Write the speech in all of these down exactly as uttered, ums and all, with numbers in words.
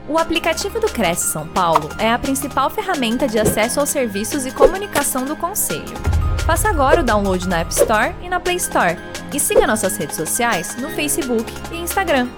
O aplicativo do Cresce São Paulo é a principal ferramenta de acesso aos serviços e comunicação do Conselho. Faça agora o download na App Store e na Play Store. E siga nossas redes sociais no Facebook e Instagram.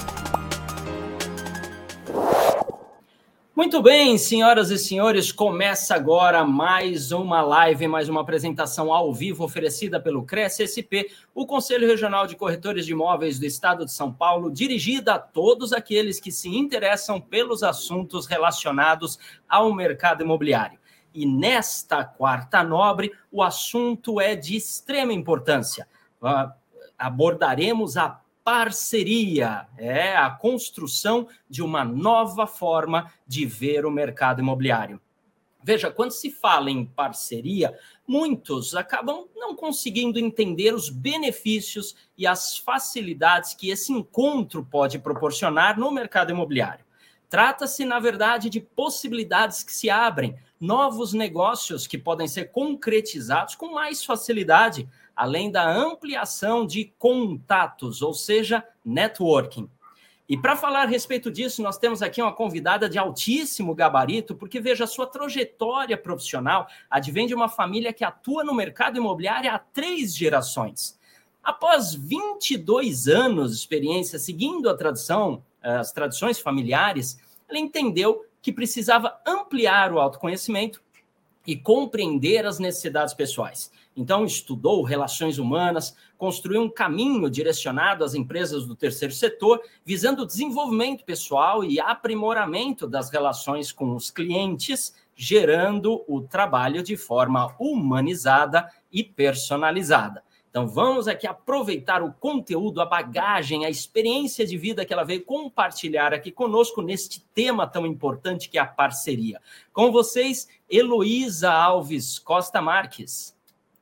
Muito bem, senhoras e senhores, começa agora mais uma live, mais uma apresentação ao vivo oferecida pelo Cresce S P, o Conselho Regional de Corretores de Imóveis do Estado de São Paulo, dirigida a todos aqueles que se interessam pelos assuntos relacionados ao mercado imobiliário. E nesta quarta nobre, o assunto é de extrema importância. Uh, abordaremos a parceria, é a construção de uma nova forma de ver o mercado imobiliário. Veja, quando se fala em parceria, muitos acabam não conseguindo entender os benefícios e as facilidades que esse encontro pode proporcionar no mercado imobiliário. Trata-se, na verdade, de possibilidades que se abrem, novos negócios que podem ser concretizados com mais facilidade, além da ampliação de contatos, ou seja, networking. E para falar a respeito disso, nós temos aqui uma convidada de altíssimo gabarito, porque, veja, a sua trajetória profissional advém de uma família que atua no mercado imobiliário há três gerações. Após vinte e dois anos de experiência seguindo a tradição, as tradições familiares, ela entendeu que precisava ampliar o autoconhecimento e compreender as necessidades pessoais. Então, estudou relações humanas, construiu um caminho direcionado às empresas do terceiro setor, visando o desenvolvimento pessoal e aprimoramento das relações com os clientes, gerando o trabalho de forma humanizada e personalizada. Então, vamos aqui aproveitar o conteúdo, a bagagem, a experiência de vida que ela veio compartilhar aqui conosco neste tema tão importante que é a parceria. Com vocês, Heloísa Alves Costa Marques.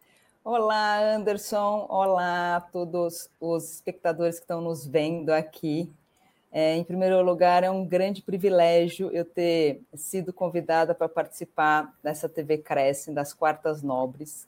Olá, Anderson. Olá a todos os espectadores que estão nos vendo aqui. É, em primeiro lugar, é um grande privilégio eu ter sido convidada para participar dessa T V Cresce, das Quartas Nobres.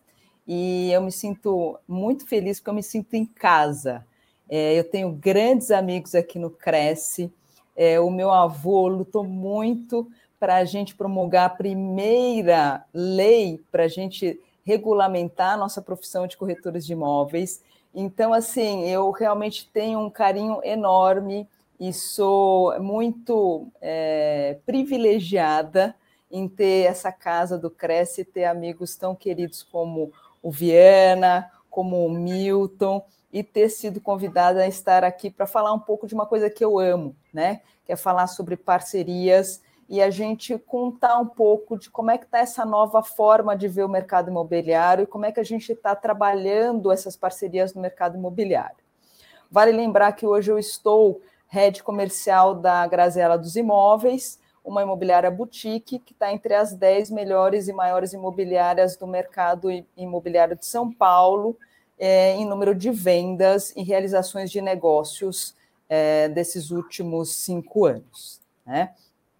E eu me sinto muito feliz porque eu me sinto em casa. É, eu tenho grandes amigos aqui no Cresce. É, o meu avô lutou muito para a gente promulgar a primeira lei para a gente regulamentar a nossa profissão de corretores de imóveis. Então, assim, eu realmente tenho um carinho enorme e sou muito é, privilegiada em ter essa casa do Cresce e ter amigos tão queridos como o Viana, como o Milton, e ter sido convidada a estar aqui para falar um pouco de uma coisa que eu amo, né? Que é falar sobre parcerias e a gente contar um pouco de como é que está essa nova forma de ver o mercado imobiliário e como é que a gente está trabalhando essas parcerias no mercado imobiliário. Vale lembrar que hoje eu estou head comercial da Grazela dos Imóveis, uma imobiliária boutique que está entre as dez melhores e maiores imobiliárias do mercado imobiliário de São Paulo, é, em número de vendas e realizações de negócios é, desses últimos cinco anos, né?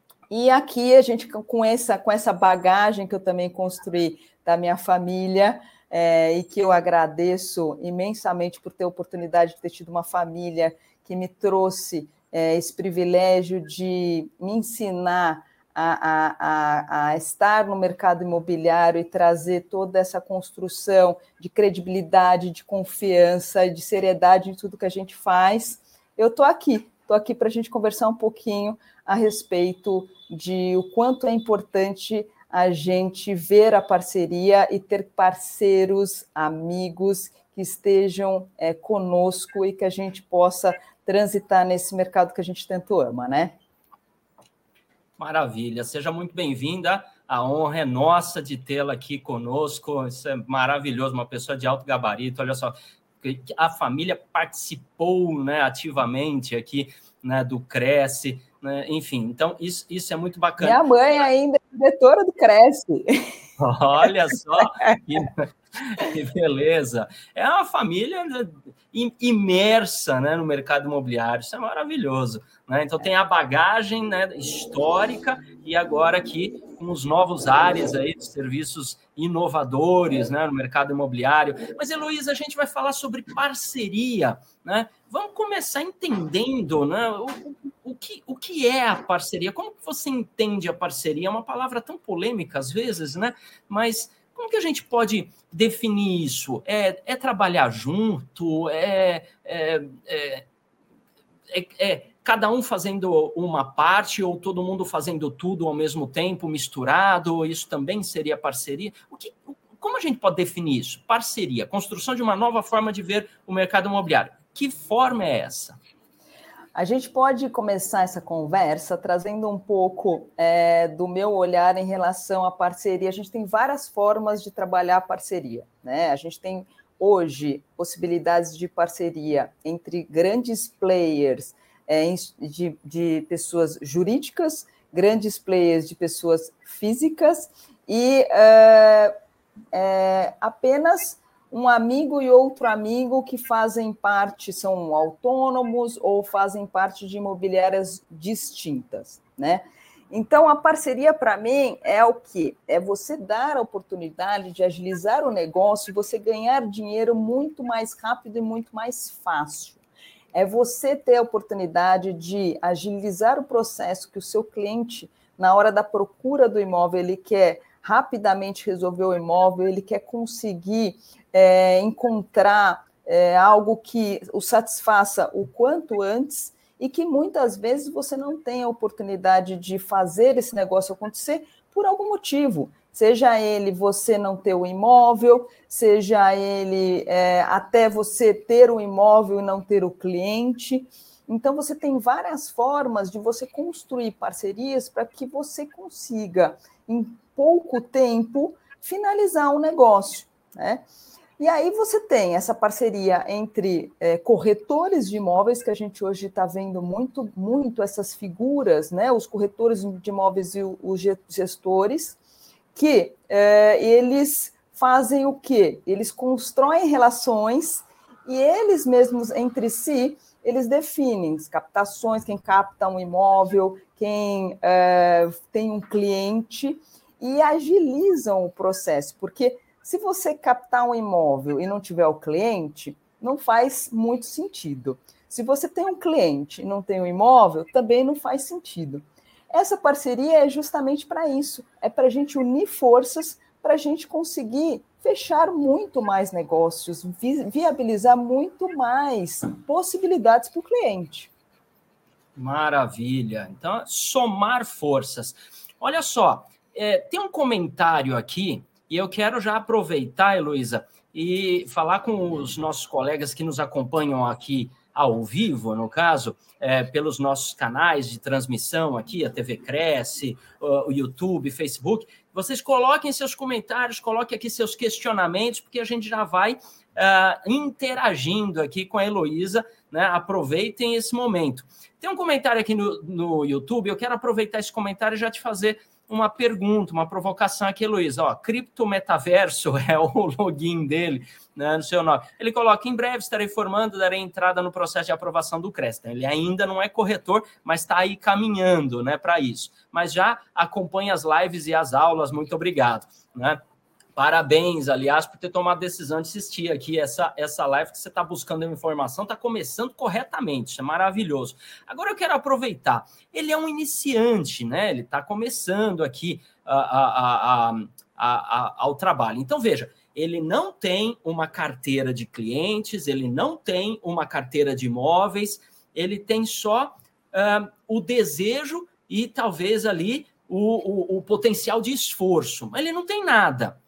E aqui a gente, com essa, com essa bagagem que eu também construí da minha família, é, e que eu agradeço imensamente por ter a oportunidade de ter tido uma família que me trouxe é, esse privilégio de me ensinar a, a, a, a estar no mercado imobiliário e trazer toda essa construção de credibilidade, de confiança e de seriedade em tudo que a gente faz. Eu estou aqui, estou aqui para a gente conversar um pouquinho a respeito de o quanto é importante a gente ver a parceria e ter parceiros, amigos que estejam é, conosco e que a gente possa transitar nesse mercado que a gente tanto ama, né? Maravilha, seja muito bem-vinda, a honra é nossa de tê-la aqui conosco, isso é maravilhoso, uma pessoa de alto gabarito, olha só, a família participou, né, ativamente aqui, né, do Cresce, né, enfim, então isso, isso é muito bacana. Minha mãe ainda é diretora do Cresce. Olha só, que, que beleza. É uma família imersa, né, no mercado imobiliário, isso é maravilhoso, né? Então tem a bagagem, né, histórica e agora aqui com os novos ares aí de serviços inovadores, né, no mercado imobiliário. Mas, Heloísa, a gente vai falar sobre parceria, né? Vamos começar entendendo, né, o, o que, o que é a parceria? Como que você entende a parceria? É uma palavra tão polêmica às vezes, né? Mas como que a gente pode definir isso? É, é trabalhar junto? É, é, é, é, é cada um fazendo uma parte ou todo mundo fazendo tudo ao mesmo tempo, misturado? Isso também seria parceria? O que, como a gente pode definir isso? Parceria, construção de uma nova forma de ver o mercado imobiliário. Que forma é essa? A gente pode começar essa conversa trazendo um pouco é, do meu olhar em relação à parceria. A gente tem várias formas de trabalhar a parceria, né? A gente tem hoje possibilidades de parceria entre grandes players é, de, de pessoas jurídicas, grandes players de pessoas físicas e é, é, apenas um amigo e outro amigo que fazem parte, são autônomos ou fazem parte de imobiliárias distintas, né? Então, a parceria, para mim, é o quê? É você dar a oportunidade de agilizar o negócio, você ganhar dinheiro muito mais rápido e muito mais fácil. É você ter a oportunidade de agilizar o processo que o seu cliente, na hora da procura do imóvel, ele quer rapidamente resolver o imóvel, ele quer conseguir é, encontrar é, algo que o satisfaça o quanto antes e que muitas vezes você não tem a oportunidade de fazer esse negócio acontecer por algum motivo, seja ele você não ter o imóvel, seja ele é, até você ter o imóvel e não ter o cliente. Então, você tem várias formas de você construir parcerias para que você consiga, em pouco tempo, finalizar um negócio, né? E aí você tem essa parceria entre é, corretores de imóveis, que a gente hoje está vendo muito, muito essas figuras, né? Os corretores de imóveis e os gestores, que é, eles fazem o quê? Eles constroem relações e eles mesmos, entre si, eles definem as captações, quem capta um imóvel, quem é, tem um cliente, e agilizam o processo, porque se você captar um imóvel e não tiver o cliente, não faz muito sentido. Se você tem um cliente e não tem um imóvel, também não faz sentido. Essa parceria é justamente para isso, é para a gente unir forças, para a gente conseguir fechar muito mais negócios, vi- viabilizar muito mais possibilidades para o cliente. Maravilha. Então, somar forças. Olha só, é, tem um comentário aqui, e eu quero já aproveitar, Heloísa, e falar com os nossos colegas que nos acompanham aqui ao vivo, no caso, é, pelos nossos canais de transmissão aqui, a T V Cresce, o YouTube, Facebook. Vocês coloquem seus comentários, coloquem aqui seus questionamentos, porque a gente já vai uh, interagindo aqui com a Heloísa, né? Aproveitem esse momento. Tem um comentário aqui no, no YouTube, eu quero aproveitar esse comentário e já te fazer uma pergunta, uma provocação aqui, Heloísa. Ó, Cripto Metaverso é o login dele, né, no seu nome. Ele coloca, em breve estarei formando, darei entrada no processo de aprovação do CRES. Ele ainda não é corretor, mas está aí caminhando, né, para isso. Mas já acompanha as lives e as aulas, muito obrigado, né? Parabéns, aliás, por ter tomado a decisão de assistir aqui essa, essa live, que você está buscando informação, está começando corretamente, isso é maravilhoso. Agora eu quero aproveitar, ele é um iniciante, né? Ele está começando aqui a, a, a, a, a, ao trabalho. Então, veja, ele não tem uma carteira de clientes, ele não tem uma carteira de imóveis, ele tem só uh, o desejo e talvez ali o, o, o potencial de esforço, mas ele não tem nada.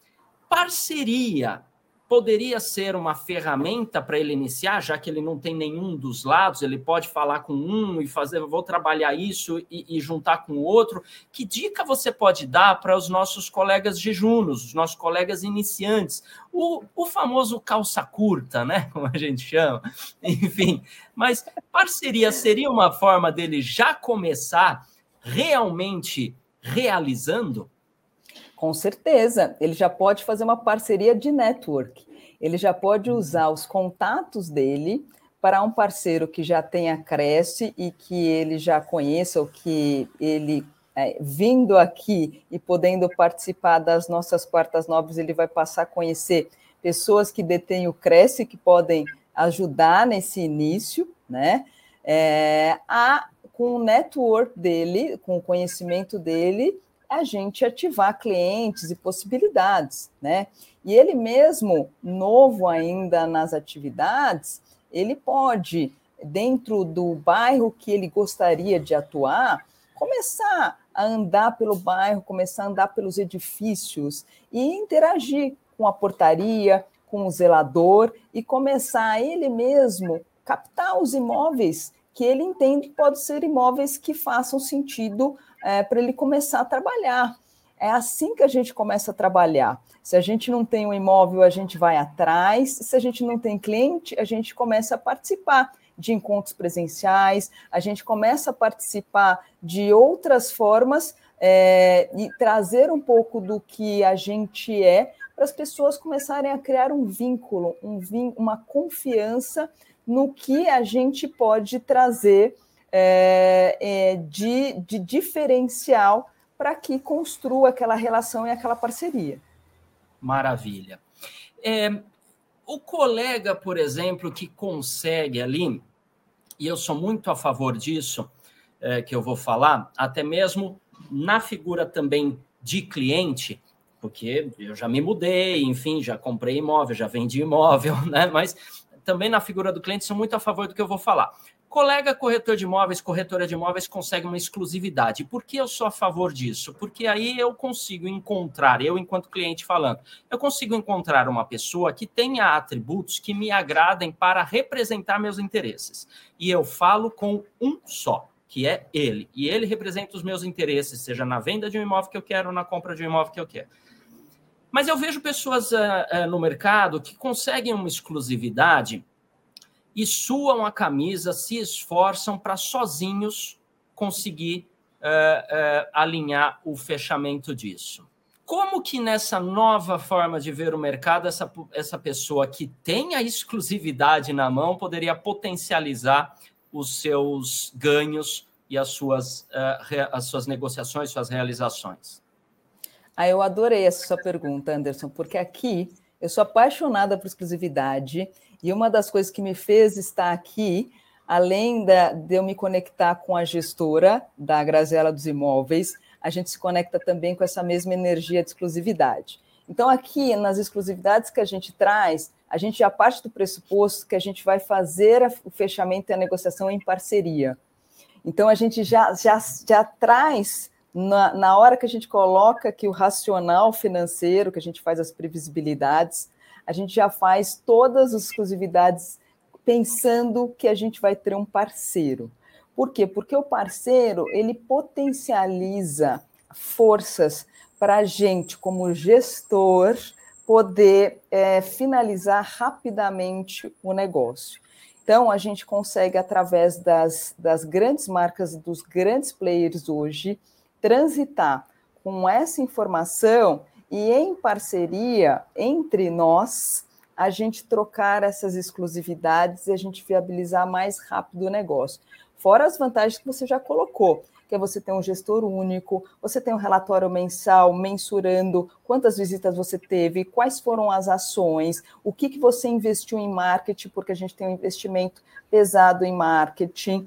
Parceria poderia ser uma ferramenta para ele iniciar, já que ele não tem nenhum dos lados, ele pode falar com um e fazer, vou trabalhar isso e, e juntar com o outro. Que dica você pode dar para os nossos colegas jejunos, os nossos colegas iniciantes? O, o famoso calça curta, né? Como a gente chama. Enfim, mas parceria seria uma forma dele já começar realmente realizando? Com certeza, ele já pode fazer uma parceria de network. Ele já pode usar os contatos dele para um parceiro que já tenha Cresce e que ele já conheça, ou que ele, é, vindo aqui e podendo participar das nossas quartas nobres, ele vai passar a conhecer pessoas que detêm o Cresce, que podem ajudar nesse início, né? É, a, com o network dele, com o conhecimento dele, a gente ativar clientes e possibilidades, né? E ele mesmo, novo ainda nas atividades, ele pode, dentro do bairro que ele gostaria de atuar, começar a andar pelo bairro, começar a andar pelos edifícios e interagir com a portaria, com o zelador e começar ele mesmo captar os imóveis que ele entende que podem ser imóveis que façam sentido é, para ele começar a trabalhar. É assim que a gente começa a trabalhar. Se a gente não tem um imóvel, a gente vai atrás. Se a gente não tem cliente, a gente começa a participar de encontros presenciais, a gente começa a participar de outras formas é, e trazer um pouco do que a gente é para as pessoas começarem a criar um vínculo, um vin- uma confiança no que a gente pode trazer é, é, de, de diferencial para que construa aquela relação e aquela parceria. Maravilha. É, o colega, por exemplo, que consegue ali, e eu sou muito a favor disso, é, que eu vou falar, até mesmo na figura também de cliente, porque eu já me mudei, enfim, já comprei imóvel, já vendi imóvel, né? Mas também na figura do cliente sou muito a favor do que eu vou falar. Colega corretor de imóveis, corretora de imóveis consegue uma exclusividade. Por que eu sou a favor disso? Porque aí eu consigo encontrar, eu enquanto cliente falando, eu consigo encontrar uma pessoa que tenha atributos que me agradem para representar meus interesses. E eu falo com um só, que é ele. E ele representa os meus interesses, seja na venda de um imóvel que eu quero ou na compra de um imóvel que eu quero. Mas eu vejo pessoas uh, uh, no mercado que conseguem uma exclusividade e suam a camisa, se esforçam para sozinhos conseguir uh, uh, alinhar o fechamento disso. Como que nessa nova forma de ver o mercado, essa, essa pessoa que tem a exclusividade na mão poderia potencializar os seus ganhos e as suas, uh, re, as suas negociações, suas realizações? Ah, eu adorei essa sua pergunta, Anderson, porque aqui eu sou apaixonada por exclusividade e uma das coisas que me fez estar aqui, além da, de eu me conectar com a gestora da Graziella dos Imóveis, a gente se conecta também com essa mesma energia de exclusividade. Então, aqui, nas exclusividades que a gente traz, a gente já parte do pressuposto que a gente vai fazer o fechamento e a negociação em parceria. Então, a gente já, já, já traz, na, na hora que a gente coloca aqui o racional financeiro, que a gente faz as previsibilidades, a gente já faz todas as exclusividades pensando que a gente vai ter um parceiro. Por quê? Porque o parceiro, ele potencializa forças para a gente, como gestor, poder é, finalizar rapidamente o negócio. Então, a gente consegue, através das, das grandes marcas, dos grandes players hoje, transitar com essa informação e, em parceria entre nós, a gente trocar essas exclusividades e a gente viabilizar mais rápido o negócio. Fora as vantagens que você já colocou, que é você ter um gestor único, você tem um relatório mensal mensurando quantas visitas você teve, quais foram as ações, o que, que você investiu em marketing, porque a gente tem um investimento pesado em marketing.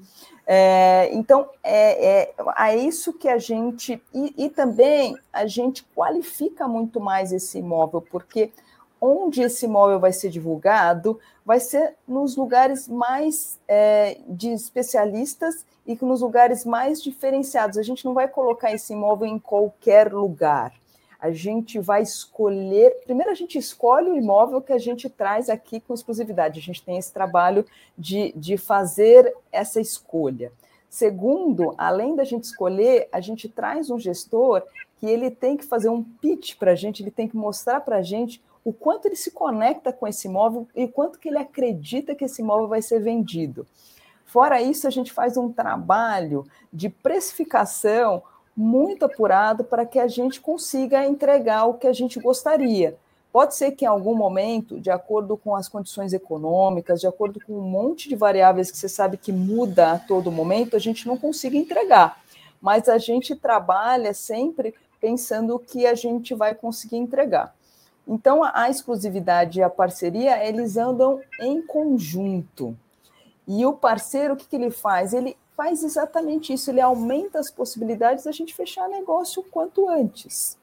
É, então, é, é, é isso que a gente... E, e também a gente qualifica muito mais esse imóvel, porque onde esse imóvel vai ser divulgado vai ser nos lugares mais é, de especialistas e nos lugares mais diferenciados. A gente não vai colocar esse imóvel em qualquer lugar. A gente vai escolher... Primeiro, a gente escolhe o imóvel que a gente traz aqui com exclusividade. A gente tem esse trabalho de, de fazer essa escolha. Segundo, além da gente escolher, a gente traz um gestor que ele tem que fazer um pitch para a gente, ele tem que mostrar para a gente o quanto ele se conecta com esse imóvel e o quanto que ele acredita que esse imóvel vai ser vendido. Fora isso, a gente faz um trabalho de precificação muito apurado para que a gente consiga entregar o que a gente gostaria. Pode ser que em algum momento, de acordo com as condições econômicas, de acordo com um monte de variáveis que você sabe que muda a todo momento, a gente não consiga entregar. Mas a gente trabalha sempre pensando que a gente vai conseguir entregar. Então, a exclusividade e a parceria, eles andam em conjunto. E o parceiro, o que, que ele faz? Ele faz exatamente isso, ele aumenta as possibilidades da gente fechar negócio o quanto antes.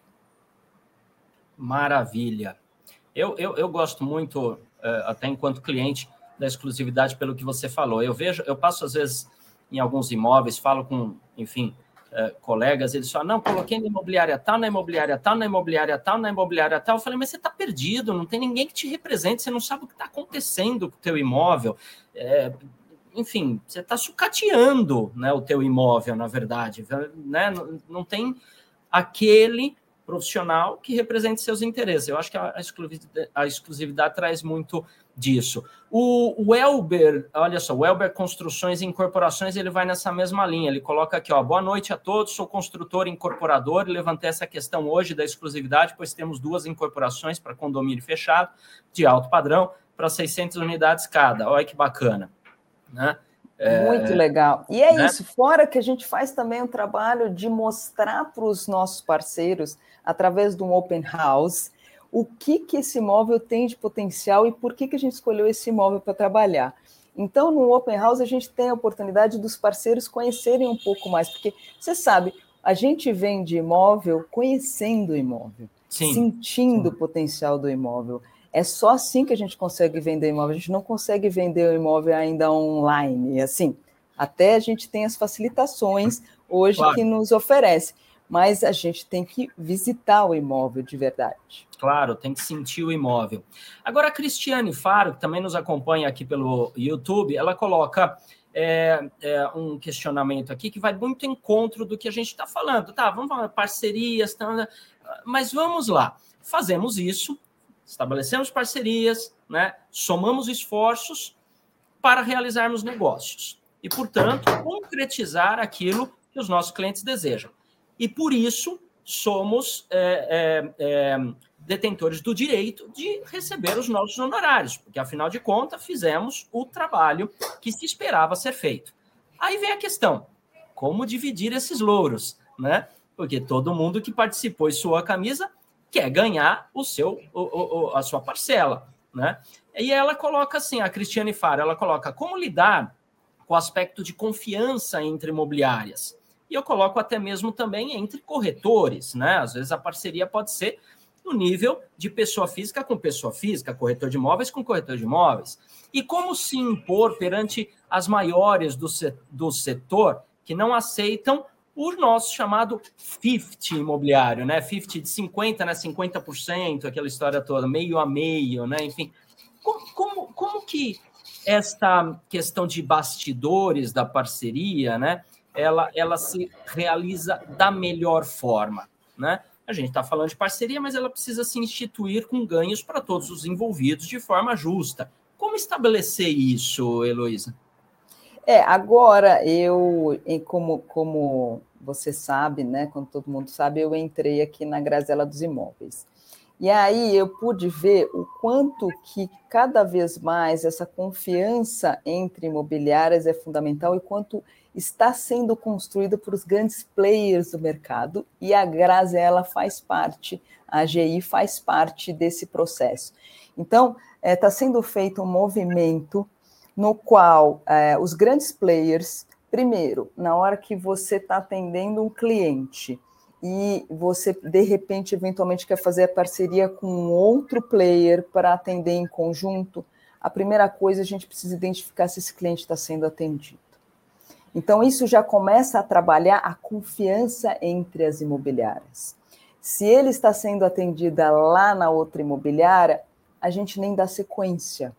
Maravilha. Eu, eu, eu gosto muito, até enquanto cliente, da exclusividade pelo que você falou. Eu vejo, eu passo às vezes em alguns imóveis, falo com, enfim, colegas, eles falam, não, coloquei na imobiliária tal, na imobiliária tal, na imobiliária tal, na imobiliária tal. Eu falei, mas você está perdido, não tem ninguém que te represente, você não sabe o que está acontecendo com o teu imóvel. É, enfim, você está sucateando, né, o teu imóvel, na verdade. Né? Não, não tem aquele profissional que represente seus interesses. Eu acho que a exclusividade, a exclusividade traz muito disso. O, o Elber, olha só, o Elber Construções e Incorporações, ele vai nessa mesma linha, ele coloca aqui, ó, boa noite a todos, sou construtor e incorporador, e levantei essa questão hoje da exclusividade, pois temos duas incorporações para condomínio fechado, de alto padrão, para seiscentas unidades cada, olha que bacana, né? Muito é, legal. E é, né? Isso, fora que a gente faz também um trabalho de mostrar para os nossos parceiros, através de um open house, o que, que esse imóvel tem de potencial e por que, que a gente escolheu esse imóvel para trabalhar. Então, no open house, a gente tem a oportunidade dos parceiros conhecerem um pouco mais, porque, você sabe, a gente vende imóvel conhecendo o imóvel, sim, sentindo sim. o potencial do imóvel. É só assim que a gente consegue vender imóvel. A gente não consegue vender o imóvel ainda online. Assim, até a gente tem as facilitações hoje claro. Que nos oferece, mas a gente tem que visitar o imóvel de verdade. Claro, tem que sentir o imóvel. Agora, a Cristiane Faro, que também nos acompanha aqui pelo YouTube, ela coloca é, é, um questionamento aqui que vai muito em encontro do que a gente está falando. Tá, vamos falar parcerias, tá, mas vamos lá. Fazemos isso, estabelecemos parcerias, né? Somamos esforços para realizarmos negócios e, portanto, concretizar aquilo que os nossos clientes desejam. E, por isso, somos é, é, é, detentores do direito de receber os nossos honorários, porque, afinal de contas, fizemos o trabalho que se esperava ser feito. Aí vem a questão, como dividir esses louros, né? Porque todo mundo que participou e suou a camisa quer ganhar o seu, o, o, a sua parcela, né? E ela coloca assim, a Cristiane Faro, ela coloca como lidar com o aspecto de confiança entre imobiliárias. E eu coloco até mesmo também entre corretores, né? Às vezes a parceria pode ser no nível de pessoa física com pessoa física, corretor de imóveis com corretor de imóveis. E como se impor perante as maiores do, se, do setor que não aceitam o nosso chamado cinquenta imobiliário, né? cinquenta de cinquenta, né? cinquenta por cento, aquela história toda, meio a meio, né? Enfim, como, como, como que esta questão de bastidores da parceria, né? Ela, ela se realiza da melhor forma, né? A gente está falando de parceria, mas ela precisa se instituir com ganhos para todos os envolvidos de forma justa. Como estabelecer isso, Heloísa? É, agora eu, como, como você sabe, né, como todo mundo sabe, eu entrei aqui na Grazela dos Imóveis. E aí eu pude ver o quanto que cada vez mais essa confiança entre imobiliárias é fundamental e quanto está sendo construída por os grandes players do mercado, e a Grazela faz parte, a A G I faz parte desse processo. Então, está é, sendo feito um movimento no qual é, os grandes players, primeiro, na hora que você está atendendo um cliente e você, de repente, eventualmente quer fazer a parceria com outro player para atender em conjunto, a primeira coisa, a gente precisa identificar se esse cliente está sendo atendido. Então, isso já começa a trabalhar a confiança entre as imobiliárias. Se ele está sendo atendida lá na outra imobiliária, a gente nem dá sequência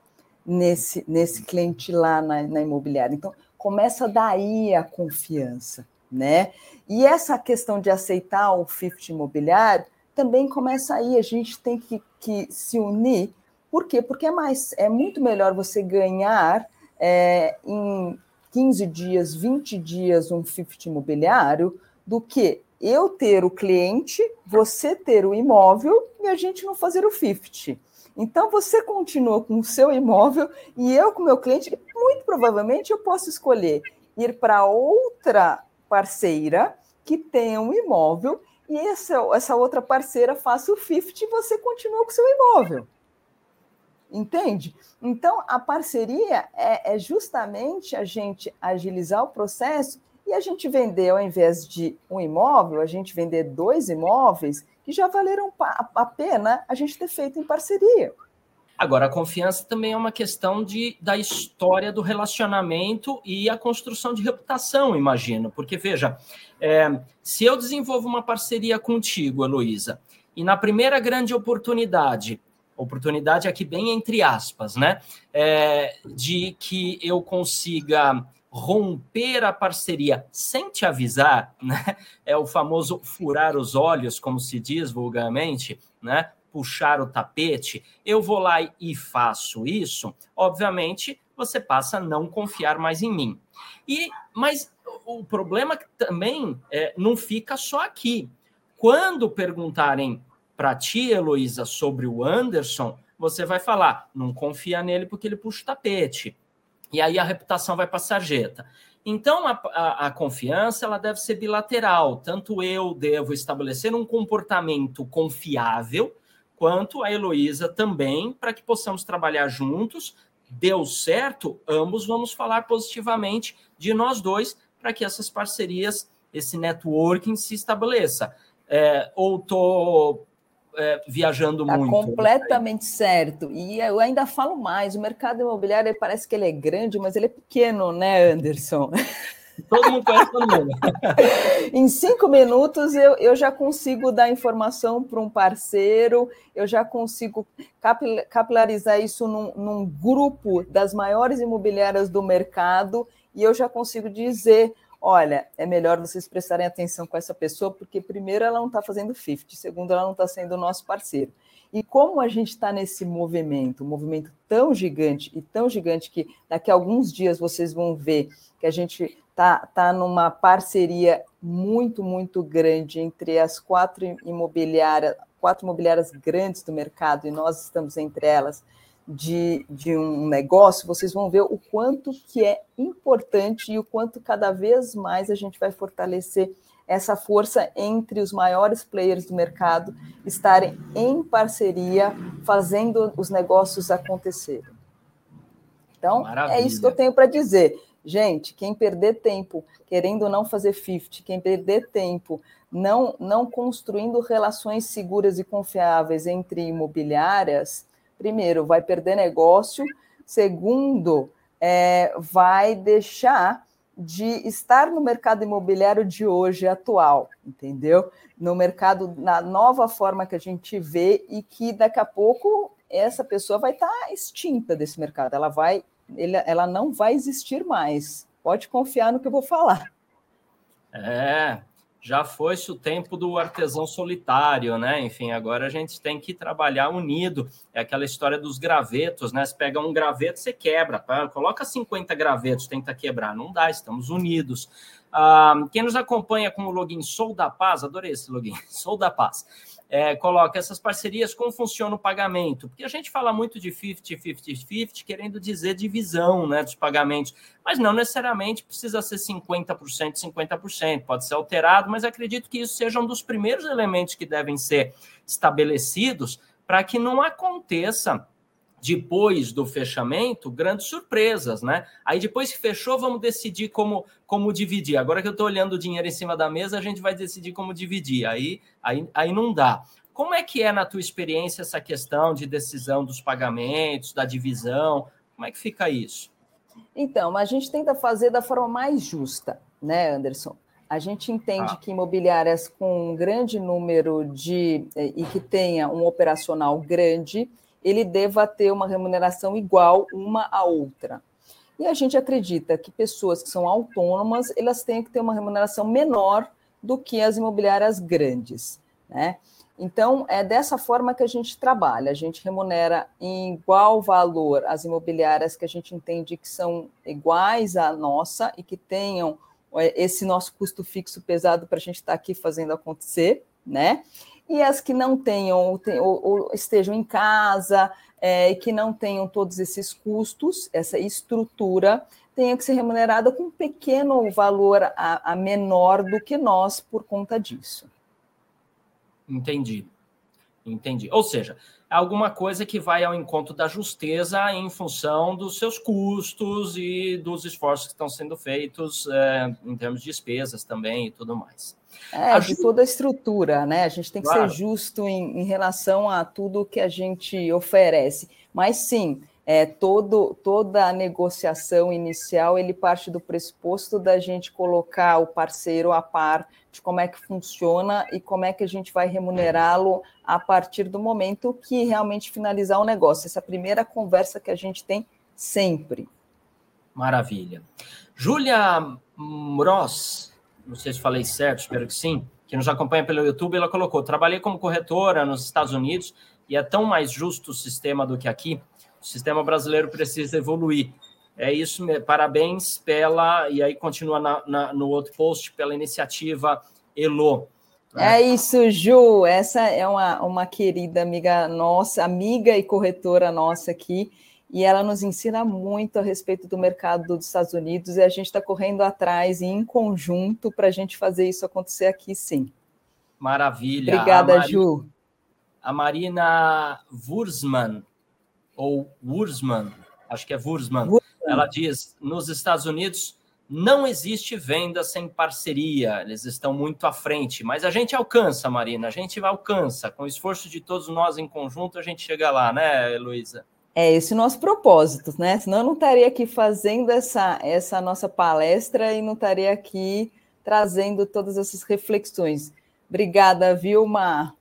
nesse, nesse cliente lá na, na imobiliária. Então, começa daí a confiança, né? E essa questão de aceitar o cinquenta imobiliário também começa aí, a gente tem que, que se unir. Por quê? Porque é, mais, é muito melhor você ganhar é, em quinze dias, vinte dias um cinquenta imobiliário do que eu ter o cliente, você ter o imóvel e a gente não fazer o cinquenta. Então, você continua com o seu imóvel e eu com o meu cliente, muito provavelmente eu posso escolher ir para outra parceira que tenha um imóvel e essa, essa outra parceira faça o cinquenta e você continua com o seu imóvel. Entende? Então, a parceria é, é justamente a gente agilizar o processo e a gente vender, ao invés de um imóvel, a gente vender dois imóveis que já valeram a pena a gente ter feito em parceria. Agora, a confiança também é uma questão de, da história do relacionamento e a construção de reputação, imagino. Porque, veja, é, se eu desenvolvo uma parceria contigo, Heloísa, e na primeira grande oportunidade, oportunidade aqui bem entre aspas, né, é, de que eu consiga romper a parceria sem te avisar, né, é o famoso furar os olhos, como se diz vulgarmente, né, puxar o tapete, eu vou lá e faço isso, obviamente você passa a não confiar mais em mim. E, mas o problema também é, não fica só aqui. Quando perguntarem para ti, Heloísa, sobre o Anderson, você vai falar, não confia nele porque ele puxa o tapete. E aí a reputação vai para a sarjeta. Então, a, a, a confiança ela deve ser bilateral. Tanto eu devo estabelecer um comportamento confiável, quanto a Heloísa também, para que possamos trabalhar juntos. Deu certo, ambos vamos falar positivamente de nós dois, para que essas parcerias, esse networking se estabeleça. É, ou estou é, viajando tá muito? Completamente certo. E eu ainda falo mais, o mercado imobiliário parece que ele é grande, mas ele é pequeno, né, Anderson? Todo mundo conhece todo mundo. Em cinco minutos eu, eu já consigo dar informação para um parceiro, eu já consigo capilarizar isso num, num grupo das maiores imobiliárias do mercado e eu já consigo dizer, olha, é melhor vocês prestarem atenção com essa pessoa, porque primeiro ela não está fazendo cinquenta, segundo ela não está sendo nosso parceiro. E como a gente está nesse movimento, um movimento tão gigante e tão gigante que daqui a alguns dias vocês vão ver que a gente está tá numa parceria muito, muito grande entre as quatro imobiliárias, quatro imobiliárias grandes do mercado, e nós estamos entre elas, de, de um negócio, vocês vão ver o quanto que é importante e o quanto cada vez mais a gente vai fortalecer essa força entre os maiores players do mercado estarem em parceria, fazendo os negócios acontecerem. Então, Maravilha. É isso que eu tenho para dizer. Gente, quem perder tempo querendo não fazer cinquenta, quem perder tempo não, não construindo relações seguras e confiáveis entre imobiliárias, primeiro, vai perder negócio, segundo, é, vai deixar de estar no mercado imobiliário de hoje atual, entendeu? No mercado, na nova forma que a gente vê e que daqui a pouco essa pessoa vai estar extinta desse mercado, ela vai Ele, ela não vai existir mais. Pode confiar no que eu vou falar. É, já foi-se o tempo do artesão solitário, né? Enfim, agora a gente tem que trabalhar unido. É aquela história dos gravetos, né? Você pega um graveto, você quebra. Coloca cinquenta gravetos, tenta quebrar. Não dá, estamos unidos. Ah, quem nos acompanha com o login Sou da Paz, adorei esse login, Sou da Paz. É, coloca essas parcerias, como funciona o pagamento, porque a gente fala muito de cinquenta, cinquenta, cinquenta, querendo dizer divisão, né, dos pagamentos, mas não necessariamente precisa ser cinquenta por cento, cinquenta por cento, pode ser alterado, mas acredito que isso seja um dos primeiros elementos que devem ser estabelecidos para que não aconteça, depois do fechamento, grandes surpresas, né? Aí depois que fechou, vamos decidir como, como dividir. Agora que eu estou olhando o dinheiro em cima da mesa, a gente vai decidir como dividir. Aí, aí, aí não dá. Como é que é, na tua experiência, essa questão de decisão dos pagamentos, da divisão? Como é que fica isso? Então, a gente tenta fazer da forma mais justa, né, Anderson? A gente entende ah. que imobiliárias com um grande número de... e que tenha um operacional grande, ele deva ter uma remuneração igual uma à outra. E a gente acredita que pessoas que são autônomas, elas têm que ter uma remuneração menor do que as imobiliárias grandes, né? Então, é dessa forma que a gente trabalha. A gente remunera em igual valor as imobiliárias que a gente entende que são iguais à nossa e que tenham esse nosso custo fixo pesado para a gente estar aqui fazendo acontecer, né? E as que não tenham, ou, ou estejam em casa, é, e que não tenham todos esses custos, essa estrutura, tenha que ser remunerada com um pequeno valor a, a menor do que nós por conta disso. Entendi. Entendi. Ou seja, alguma coisa que vai ao encontro da justeza em função dos seus custos e dos esforços que estão sendo feitos é, em termos de despesas também e tudo mais. É, a de ju... toda a estrutura, né? A gente tem que claro. ser justo em, em relação a tudo que a gente oferece. Mas sim, é, todo, toda a negociação inicial, ele parte do pressuposto da gente colocar o parceiro a par de como é que funciona e como é que a gente vai remunerá-lo a partir do momento que realmente finalizar o negócio. Essa primeira conversa que a gente tem sempre. Maravilha. Júlia Mroz, não sei se falei certo, espero que sim, que nos acompanha pelo YouTube, ela colocou: trabalhei como corretora nos Estados Unidos e é tão mais justo o sistema do que aqui. O sistema brasileiro precisa evoluir. É isso, parabéns pela... E aí continua na, na, no outro post, pela iniciativa Elo. É isso, Ju. Essa é uma, uma querida amiga nossa, amiga e corretora nossa aqui, e ela nos ensina muito a respeito do mercado dos Estados Unidos, e a gente está correndo atrás e em conjunto para a gente fazer isso acontecer aqui, sim. Maravilha. Obrigada, a Mari... Ju. A Marina Wurzman, ou Wurzman, acho que é Wurzman, Wurzman, ela diz: nos Estados Unidos não existe venda sem parceria, eles estão muito à frente, mas a gente alcança, Marina, a gente alcança, com o esforço de todos nós em conjunto, a gente chega lá, né, Heloísa? É esse o nosso propósito, né? Senão eu não estaria aqui fazendo essa, essa nossa palestra e não estaria aqui trazendo todas essas reflexões. Obrigada, Vilma.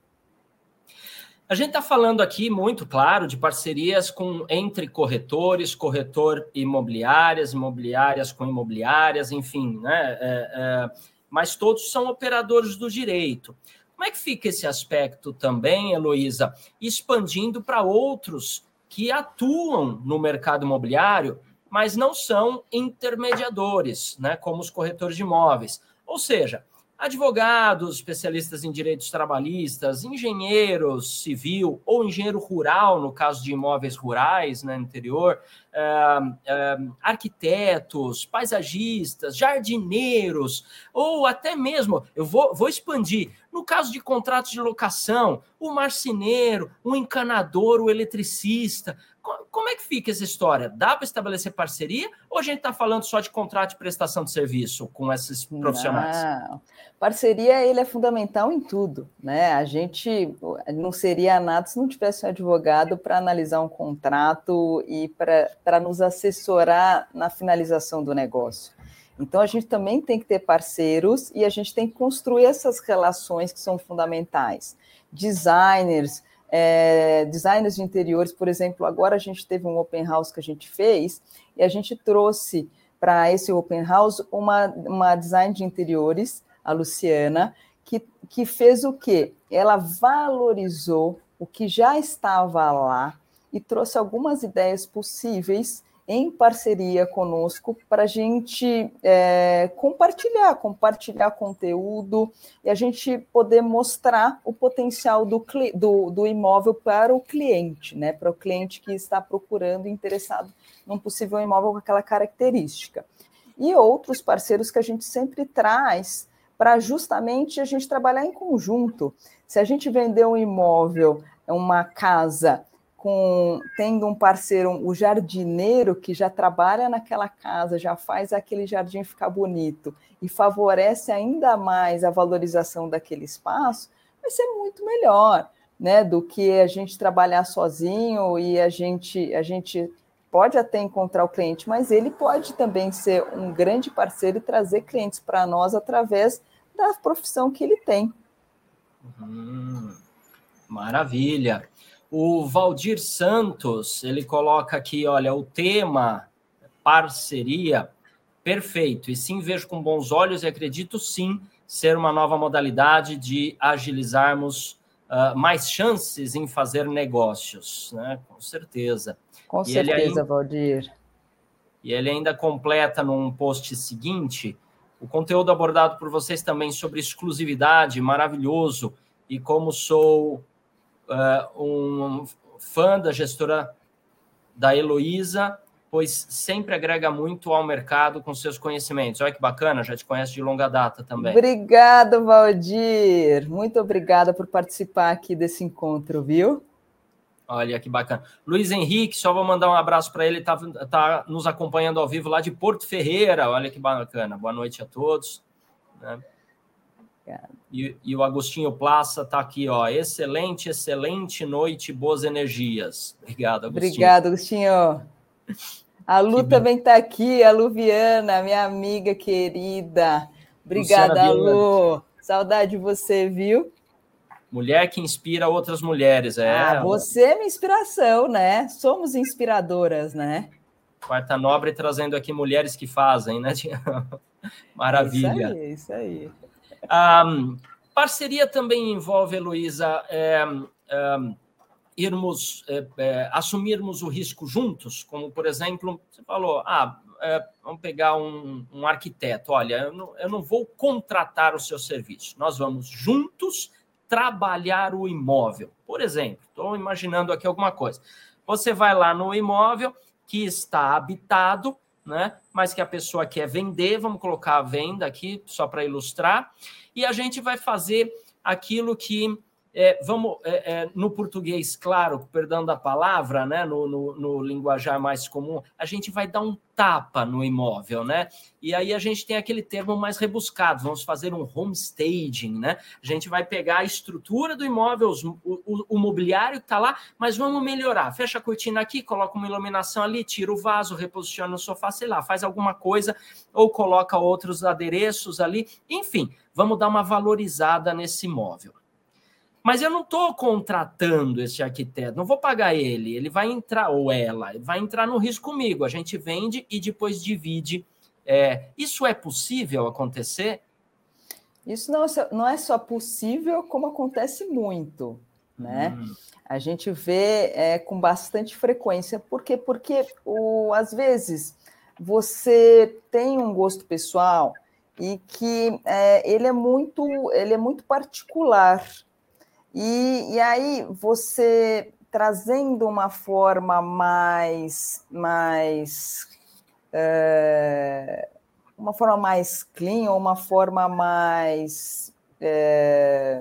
A gente está falando aqui, muito claro, de parcerias com, entre corretores, corretor imobiliárias, imobiliárias com imobiliárias, enfim, né? É, é, mas todos são operadores do direito. Como é que fica esse aspecto também, Heloísa, expandindo para outros que atuam no mercado imobiliário, mas não são intermediadores, né? Como os corretores de imóveis? Ou seja, advogados, especialistas em direitos trabalhistas, engenheiros civil ou engenheiro rural, no caso de imóveis rurais, né, no interior, uh, uh, arquitetos, paisagistas, jardineiros, ou até mesmo, eu vou, vou expandir, no caso de contratos de locação, o marceneiro, o encanador, o eletricista. Como é que fica essa história? Dá para estabelecer parceria ou a gente está falando só de contrato de prestação de serviço com esses profissionais? Não. Parceria, ele é fundamental em tudo, né? A gente não seria nada se não tivesse um advogado para analisar um contrato e para nos assessorar na finalização do negócio. Então, a gente também tem que ter parceiros e a gente tem que construir essas relações que são fundamentais. Designers, É, designers de interiores, por exemplo, agora a gente teve um open house que a gente fez e a gente trouxe para esse open house uma, uma design de interiores, a Luciana, que, que fez o quê? Ela valorizou o que já estava lá e trouxe algumas ideias possíveis em parceria conosco para a gente é, compartilhar, compartilhar conteúdo e a gente poder mostrar o potencial do, do, do imóvel para o cliente, né? Para o cliente que está procurando e interessado num possível imóvel com aquela característica. E outros parceiros que a gente sempre traz para justamente a gente trabalhar em conjunto. Se a gente vender um imóvel, uma casa, Com, tendo um parceiro, o jardineiro, que já trabalha naquela casa, já faz aquele jardim ficar bonito e favorece ainda mais a valorização daquele espaço, vai ser muito melhor, né, do que a gente trabalhar sozinho e a gente, a gente pode até encontrar o cliente, mas ele pode também ser um grande parceiro e trazer clientes para nós através da profissão que ele tem. Hum, maravilha! O Valdir Santos, ele coloca aqui, olha, o tema parceria, perfeito, e sim vejo com bons olhos e acredito sim ser uma nova modalidade de agilizarmos uh, mais chances em fazer negócios, né? Com certeza. Com e certeza, ele ainda, Valdir. E ele ainda completa num post seguinte, o conteúdo abordado por vocês também sobre exclusividade, maravilhoso, e como sou... Uh, um fã da gestora da Heloísa, pois sempre agrega muito ao mercado com seus conhecimentos. Olha que bacana, já te conhece de longa data também. Obrigada, Valdir. Muito obrigada por participar aqui desse encontro, viu? Olha que bacana. Luiz Henrique, só vou mandar um abraço para ele, está tá nos acompanhando ao vivo lá de Porto Ferreira. Olha que bacana. Boa noite a todos. Né? E, e o Agostinho Plaça está aqui, ó. Excelente, excelente noite, boas energias. Obrigado, Agostinho. Obrigado, Agostinho. A Lu que também está aqui, a Luviana, minha amiga querida. Obrigada, Lu. Saudade de você, viu? Mulher que inspira outras mulheres. É, ah, você é minha inspiração, né? Somos inspiradoras, né? Quarta Nobre trazendo aqui mulheres que fazem, né? Maravilha. É isso aí, é isso aí. Um, parceria também envolve, Heloísa, é, é, irmos, é, é, assumirmos o risco juntos, como, por exemplo, você falou, ah, é, vamos pegar um, um arquiteto, olha, eu não, eu não vou contratar o seu serviço, nós vamos juntos trabalhar o imóvel. Por exemplo, estou imaginando aqui alguma coisa. Você vai lá no imóvel que está habitado, né? Mas que a pessoa quer vender, vamos colocar a venda aqui, só para ilustrar, e a gente vai fazer aquilo que, é, vamos, é, é, no português, claro, perdão da palavra, né? No, no, no linguajar mais comum, a gente vai dar um tapa no imóvel, né? E aí a gente tem aquele termo mais rebuscado, vamos fazer um homestaging, né? A gente vai pegar a estrutura do imóvel, os, o, o, o mobiliário que está lá, mas vamos melhorar. Fecha a cortina aqui, coloca uma iluminação ali, tira o vaso, reposiciona o sofá, sei lá, faz alguma coisa, ou coloca outros adereços ali, enfim, vamos dar uma valorizada nesse imóvel. Mas eu não estou contratando esse arquiteto, não vou pagar ele, ele vai entrar, ou ela, ele vai entrar no risco comigo, a gente vende e depois divide. É, isso é possível acontecer? Isso não, não é só possível, como acontece muito, né? Hum. A gente vê é, com bastante frequência. Por quê? Porque, o, às vezes, você tem um gosto pessoal e que é, ele, é muito, ele é muito particular. E, e aí, você trazendo uma forma mais, mais é, uma forma mais clean, ou uma forma mais é,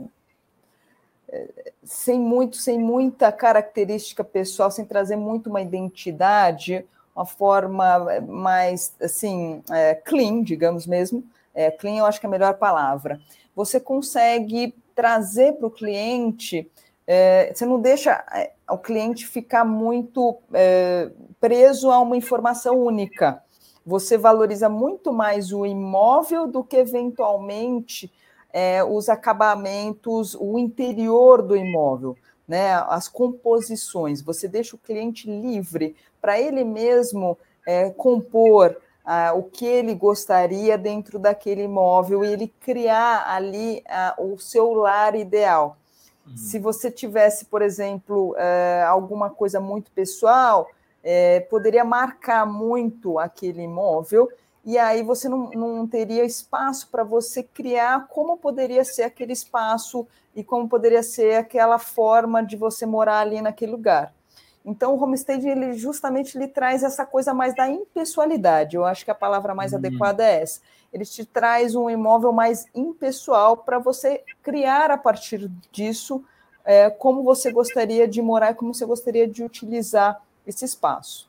sem, muito, sem muita característica pessoal, sem trazer muito uma identidade, uma forma mais assim, é, clean, digamos mesmo. É, clean eu acho que é a melhor palavra. Você consegue trazer para o cliente, é, você não deixa o cliente ficar muito é, preso a uma informação única. Você valoriza muito mais o imóvel do que, eventualmente, é, os acabamentos, o interior do imóvel, né? As composições. Você deixa o cliente livre para ele mesmo é, compor Ah, o que ele gostaria dentro daquele imóvel e ele criar ali ah, o seu lar ideal. Uhum. Se você tivesse, por exemplo, eh, alguma coisa muito pessoal, eh, poderia marcar muito aquele imóvel, e aí você não, não teria espaço para você criar como poderia ser aquele espaço e como poderia ser aquela forma de você morar ali naquele lugar. Então, o homestaging, ele justamente lhe traz essa coisa mais da impessoalidade. Eu acho que a palavra mais hum. adequada é essa. Ele te traz um imóvel mais impessoal para você criar, a partir disso, é, como você gostaria de morar e como você gostaria de utilizar esse espaço.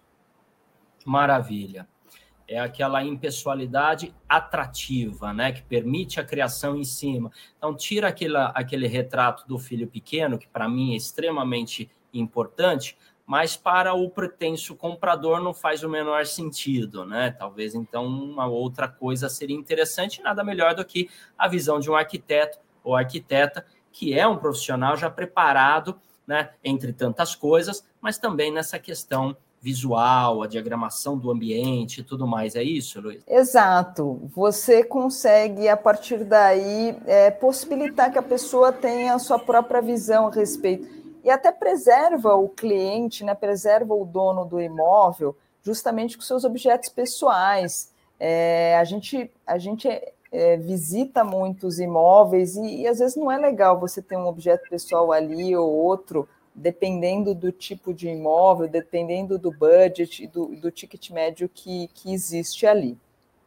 Maravilha. É aquela impessoalidade atrativa, né, que permite a criação em cima. Então, tira aquela, aquele retrato do filho pequeno, que para mim é extremamente importante, mas para o pretenso comprador não faz o menor sentido, né? Talvez, então, uma outra coisa seria interessante, nada melhor do que a visão de um arquiteto ou arquiteta, que é um profissional já preparado, né, entre tantas coisas, mas também nessa questão visual, a diagramação do ambiente e tudo mais. É isso, Luiz? Exato. Você consegue, a partir daí, é, possibilitar que a pessoa tenha a sua própria visão a respeito. E até preserva o cliente, né, preserva o dono do imóvel, justamente com seus objetos pessoais. É, a gente, a gente é, visita muitos imóveis e, e, às vezes, não é legal você ter um objeto pessoal ali ou outro, dependendo do tipo de imóvel, dependendo do budget, do, do ticket médio que, que existe ali.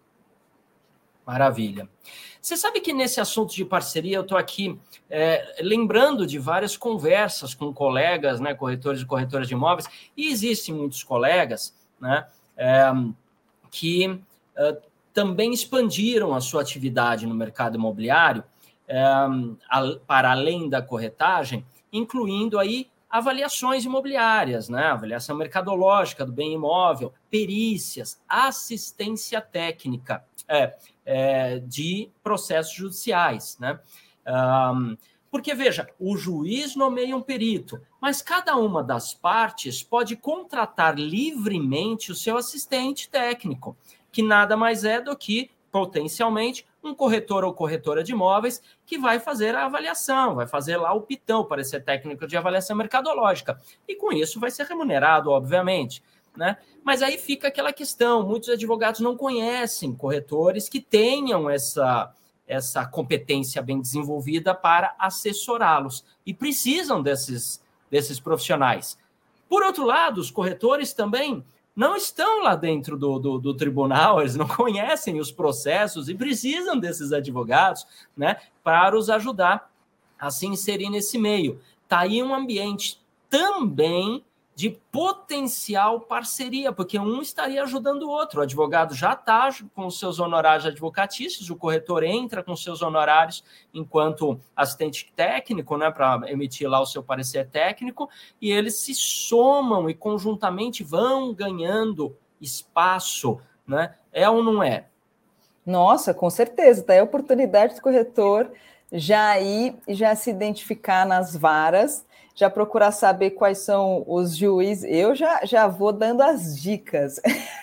Maravilha. Você sabe que nesse assunto de parceria eu estou aqui é, lembrando de várias conversas com colegas, né, corretores e corretoras de imóveis, e existem muitos colegas, né, é, que é, também expandiram a sua atividade no mercado imobiliário é, a, para além da corretagem, incluindo aí avaliações imobiliárias, né, avaliação mercadológica do bem imóvel, perícias, assistência técnica, é, É, de processos judiciais, né? Um, porque, veja, o juiz nomeia um perito, mas cada uma das partes pode contratar livremente o seu assistente técnico, que nada mais é do que, potencialmente, um corretor ou corretora de imóveis que vai fazer a avaliação, vai fazer lá o pitão, parecer técnico de avaliação mercadológica, e com isso vai ser remunerado, obviamente, né? Mas aí fica aquela questão, muitos advogados não conhecem corretores que tenham essa, essa competência bem desenvolvida para assessorá-los e precisam desses, desses profissionais. Por outro lado, os corretores também não estão lá dentro do, do, do tribunal, eles não conhecem os processos e precisam desses advogados, né, para os ajudar a se inserir nesse meio. Está aí um ambiente também de potencial parceria, porque um estaria ajudando o outro. O advogado já está com os seus honorários advocatícios, o corretor entra com os seus honorários enquanto assistente técnico, né, para emitir lá o seu parecer técnico, e eles se somam e conjuntamente vão ganhando espaço, né? É ou não é? Nossa, com certeza. Tá aí a oportunidade do corretor já ir e já se identificar nas varas, já procurar saber quais são os juízes. Eu já, já vou dando as dicas.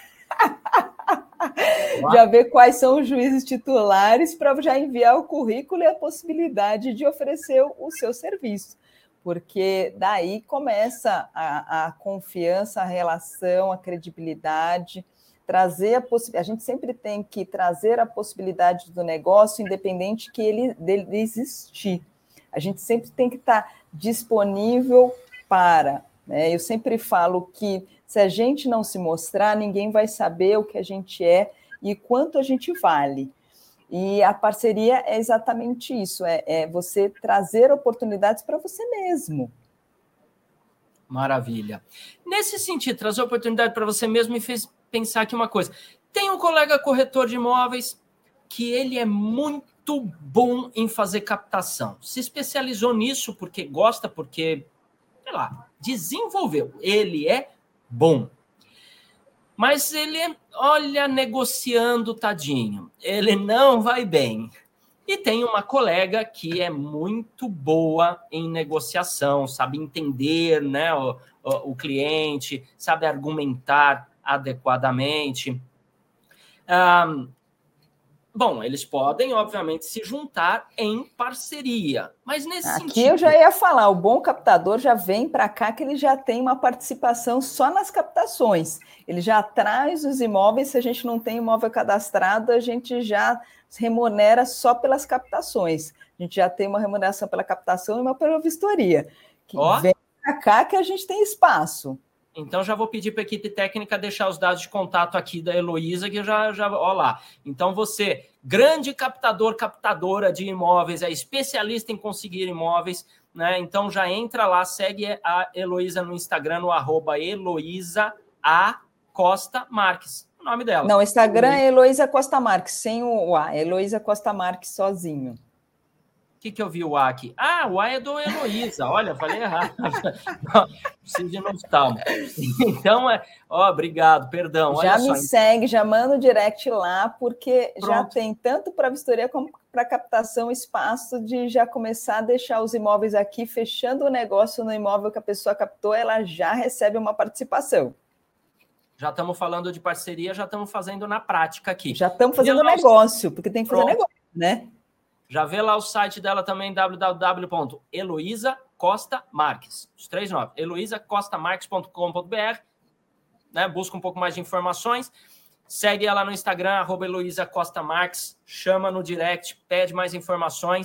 Já ver quais são os juízes titulares para já enviar o currículo e a possibilidade de oferecer o seu serviço. Porque daí começa a, a confiança, a relação, a credibilidade, trazer a possibilidade. A gente sempre tem que trazer a possibilidade do negócio, independente que ele dele existir. A gente sempre tem que estar disponível para, né? Eu sempre falo que se a gente não se mostrar, ninguém vai saber o que a gente é e quanto a gente vale. E a parceria é exatamente isso, é, é você trazer oportunidades para você mesmo. Maravilha. Nesse sentido, trazer oportunidade para você mesmo me fez pensar aqui uma coisa. Tem um colega corretor de imóveis que ele é muito bom em fazer captação. Se especializou nisso porque gosta, porque, sei lá, desenvolveu. Ele é bom. Mas ele, olha, negociando, tadinho. Ele não vai bem. E tem uma colega que é muito boa em negociação, sabe entender, né, o, o, o cliente, sabe argumentar adequadamente. Um, bom, eles podem, obviamente, se juntar em parceria, mas nesse Aqui sentido... eu já ia falar, o bom captador já vem para cá que ele já tem uma participação só nas captações. Ele já traz os imóveis, se a gente não tem imóvel cadastrado, a gente já remunera só pelas captações. A gente já tem uma remuneração pela captação e uma pela vistoria. Que oh. Vem para cá que a gente tem espaço. Então, já vou pedir para a equipe técnica deixar os dados de contato aqui da Heloísa, que eu já, já... Ó lá. Então, você, grande captador, captadora de imóveis, é especialista em conseguir imóveis, né? Então, já entra lá, segue a Heloísa no Instagram, no arroba Heloísa A. Costa Marques. O nome dela. Não, o Instagram é Heloísa Costa Marques, sem o A. Heloísa Costa Marques sozinho. O que, que eu vi o A aqui? Ah, o A é do Heloísa. Olha, falei errado. Não, preciso de nostalma. Então, é... ó, obrigado, perdão. Já Olha me só. segue, já manda o direct lá, porque Pronto. Já tem tanto para vistoria como para captação espaço de já começar a deixar os imóveis aqui, fechando o negócio no imóvel que a pessoa captou, ela já recebe uma participação. Já estamos falando de parceria, já estamos fazendo na prática aqui. Já estamos fazendo negócio, porque tem que fazer Pronto. negócio, né? Já vê lá o site dela também, w w w ponto heloísa costa marques. Os três nomes, heloísa costa marques ponto com ponto b r. Né? Busca um pouco mais de informações. Segue ela no Instagram, arroba Heloísa Costa Marques. Chama no direct, pede mais informações.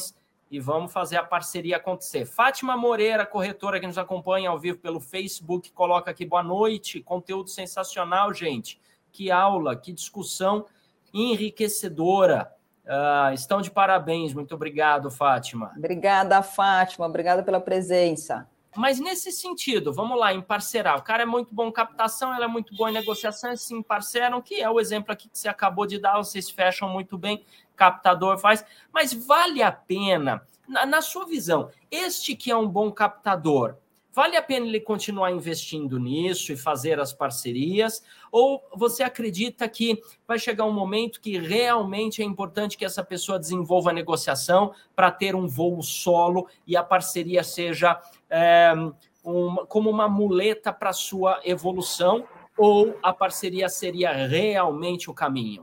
e vamos fazer a parceria acontecer. Fátima Moreira, corretora que nos acompanha ao vivo pelo Facebook, coloca aqui, boa noite, conteúdo sensacional, gente. Que aula, que discussão enriquecedora. Uh, estão de parabéns, muito obrigado, Fátima. Obrigada, Fátima, obrigada pela presença. Mas nesse sentido, vamos lá, emparcerar. O cara é muito bom em captação, ela é muito boa em negociação, eles se emparceram, que é o exemplo aqui que você acabou de dar, vocês fecham muito bem, captador faz. Mas vale a pena, na, na sua visão, este que é um bom captador, vale a pena ele continuar investindo nisso e fazer as parcerias? Ou você acredita que vai chegar um momento que realmente é importante que essa pessoa desenvolva a negociação para ter um voo solo e a parceria seja é, uma, como uma muleta para a sua evolução? Ou a parceria seria realmente o caminho?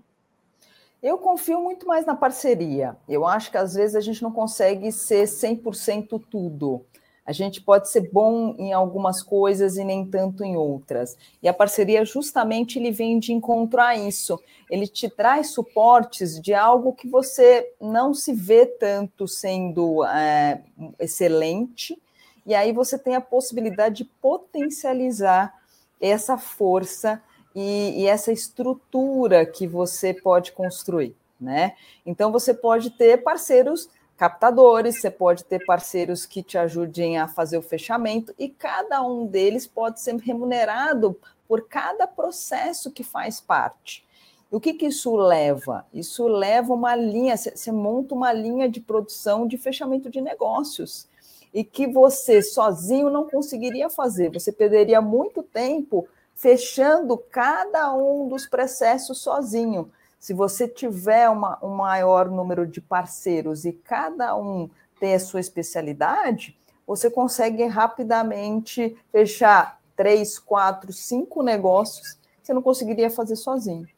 Eu confio muito mais na parceria. Eu acho que às vezes a gente não consegue ser cem por cento tudo. A gente pode ser bom em algumas coisas e nem tanto em outras. E a parceria justamente ele vem de encontro a isso. Ele te traz suportes de algo que você não se vê tanto sendo é, excelente, e aí você tem a possibilidade de potencializar essa força e, e essa estrutura que você pode construir, né? Então você pode ter parceiros captadores, você pode ter parceiros que te ajudem a fazer o fechamento e cada um deles pode ser remunerado por cada processo que faz parte. O que, que isso leva? Isso leva uma linha, você monta uma linha de produção de fechamento de negócios e que você sozinho não conseguiria fazer, você perderia muito tempo fechando cada um dos processos sozinho. Se você tiver uma, um maior número de parceiros e cada um tem a sua especialidade, você consegue rapidamente fechar três, quatro, cinco negócios que você não conseguiria fazer sozinho.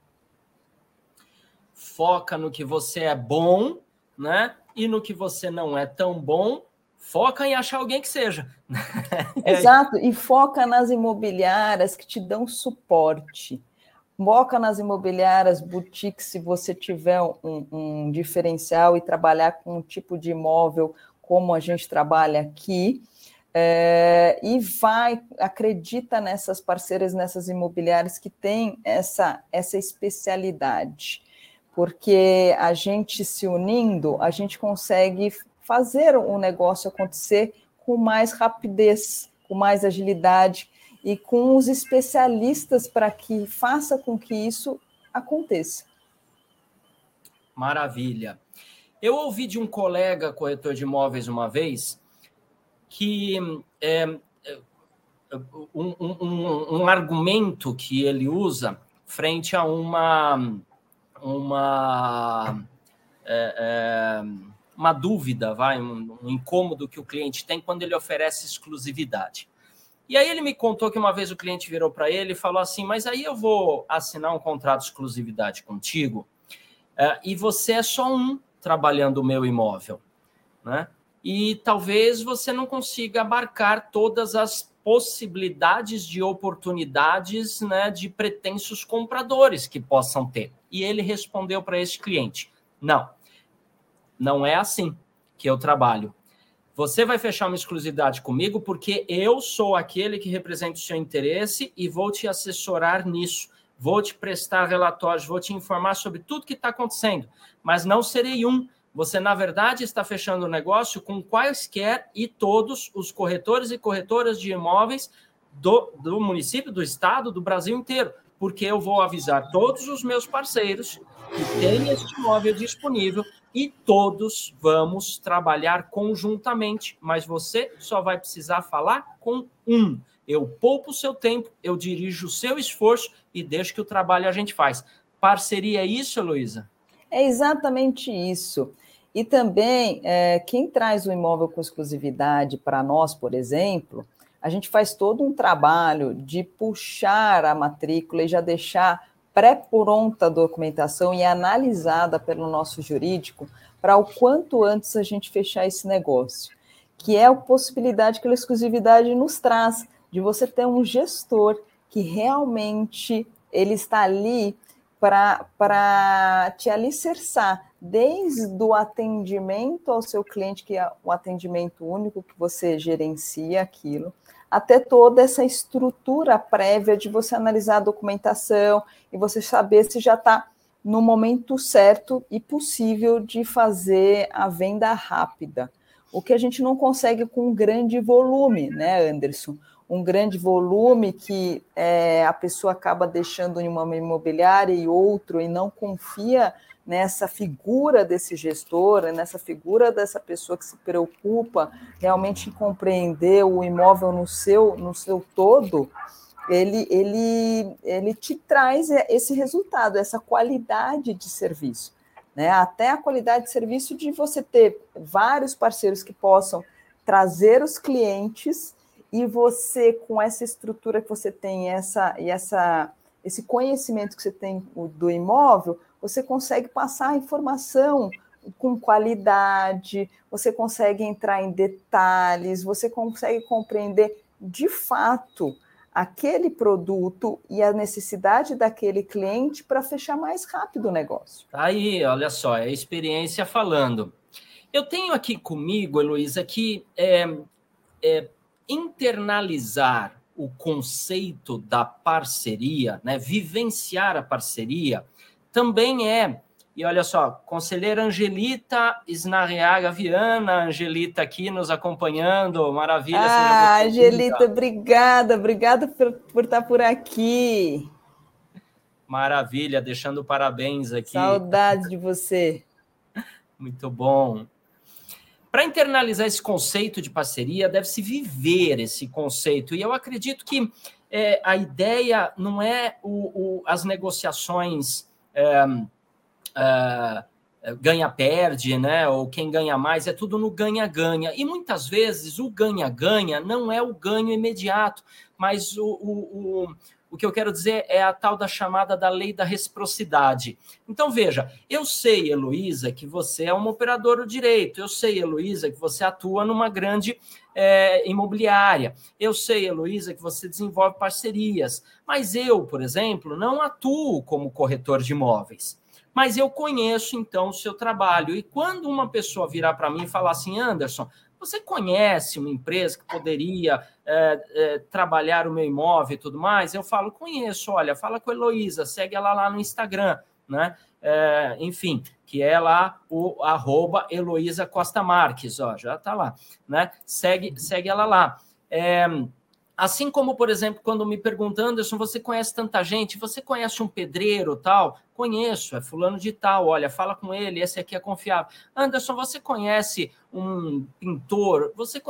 Foca no que você é bom, né? E no que você não é tão bom, foca em achar alguém que seja. Exato, e foca nas imobiliárias que te dão suporte. Foca nas imobiliárias, boutiques, se você tiver um, um diferencial e trabalhar com um tipo de imóvel como a gente trabalha aqui, é, e vai, acredita nessas parceiras, nessas imobiliárias que têm essa, essa especialidade, porque a gente se unindo, a gente consegue fazer o negócio acontecer com mais rapidez, com mais agilidade, e com os especialistas para que faça com que isso aconteça. Maravilha. Eu ouvi de um colega corretor de imóveis uma vez que é, um, um, um argumento que ele usa frente a uma, uma, é, é, uma dúvida, vai, um, um incômodo que o cliente tem quando ele oferece exclusividade. E aí ele me contou que uma vez o cliente virou para ele e falou assim, mas aí eu vou assinar um contrato de exclusividade contigo uh, e você é só um trabalhando o meu imóvel, né? E talvez você não consiga abarcar todas as possibilidades de oportunidades, né, de pretensos compradores que possam ter. E ele respondeu para esse cliente, não, não é assim que eu trabalho. Você vai fechar uma exclusividade comigo porque eu sou aquele que representa o seu interesse e vou te assessorar nisso. Vou te prestar relatórios, vou te informar sobre tudo que está acontecendo. Mas não serei um. Você, na verdade, está fechando o negócio com quaisquer e todos os corretores e corretoras de imóveis do, do município, do estado, do Brasil inteiro. Porque eu vou avisar todos os meus parceiros que têm este imóvel disponível e todos vamos trabalhar conjuntamente, mas você só vai precisar falar com um. Eu poupo o seu tempo, eu dirijo o seu esforço e deixo que o trabalho a gente faz. Parceria é isso, Heloísa? É exatamente isso. E também, é, quem traz o imóvel com exclusividade para nós, por exemplo, a gente faz todo um trabalho de puxar a matrícula e já deixar pré-pronta a documentação e analisada pelo nosso jurídico para o quanto antes a gente fechar esse negócio, que é a possibilidade que a exclusividade nos traz, de você ter um gestor que realmente ele está ali para te alicerçar, desde o atendimento ao seu cliente, que é o atendimento único que você gerencia aquilo, até toda essa estrutura prévia de você analisar a documentação e você saber se já está no momento certo e possível de fazer a venda rápida. O que a gente não consegue com um grande volume, né, Anderson? Um grande volume que é, a pessoa acaba deixando em uma imobiliária e outro e não confia nessa figura desse gestor, nessa figura dessa pessoa que se preocupa realmente em compreender o imóvel no seu, no seu todo, ele, ele, ele te traz esse resultado, essa qualidade de serviço, né? Até a qualidade de serviço de você ter vários parceiros que possam trazer os clientes e você, com essa estrutura que você tem, essa, e essa, esse conhecimento que você tem do imóvel, você consegue passar a informação com qualidade, você consegue entrar em detalhes, você consegue compreender de fato aquele produto e a necessidade daquele cliente para fechar mais rápido o negócio. Aí, olha só, é a experiência falando. Eu tenho aqui comigo, Heloísa, que é, é, internalizar o conceito da parceria, né, vivenciar a parceria, também é, e olha só, conselheira Angelita Snarreaga Viana, Angelita aqui nos acompanhando, maravilha. Ah, Angelita, obrigada, obrigada por, por estar por aqui. Maravilha, deixando parabéns aqui. Saudades de você. Muito bom. Para internalizar esse conceito de parceria, deve-se viver esse conceito, e eu acredito que é, a ideia não é o, o, as negociações é, é, ganha-perde, né? Ou quem ganha mais, é tudo no ganha-ganha. E muitas vezes o ganha-ganha não é o ganho imediato, mas o, o, o, o que eu quero dizer é a tal da chamada da lei da reciprocidade. Então, veja, eu sei, Heloísa, que você é uma operadora do direito, eu sei, Heloísa, que você atua numa grande é, imobiliária, eu sei, Heloísa, que você desenvolve parcerias, mas eu, por exemplo, não atuo como corretor de imóveis. Mas eu conheço, então, o seu trabalho. E quando uma pessoa virar para mim e falar assim, Anderson, você conhece uma empresa que poderia é, é, trabalhar o meu imóvel e tudo mais? Eu falo, conheço, olha, fala com a Heloísa, segue ela lá no Instagram, né? É, enfim, que é lá o arroba Heloísa Costa Marques, ó, já está lá, né? Segue, segue ela lá. É, assim como, por exemplo, quando me perguntam, Anderson, você conhece tanta gente, você conhece um pedreiro tal? Conheço, é fulano de tal, olha, fala com ele, esse aqui é confiável. Anderson, você conhece um pintor? Você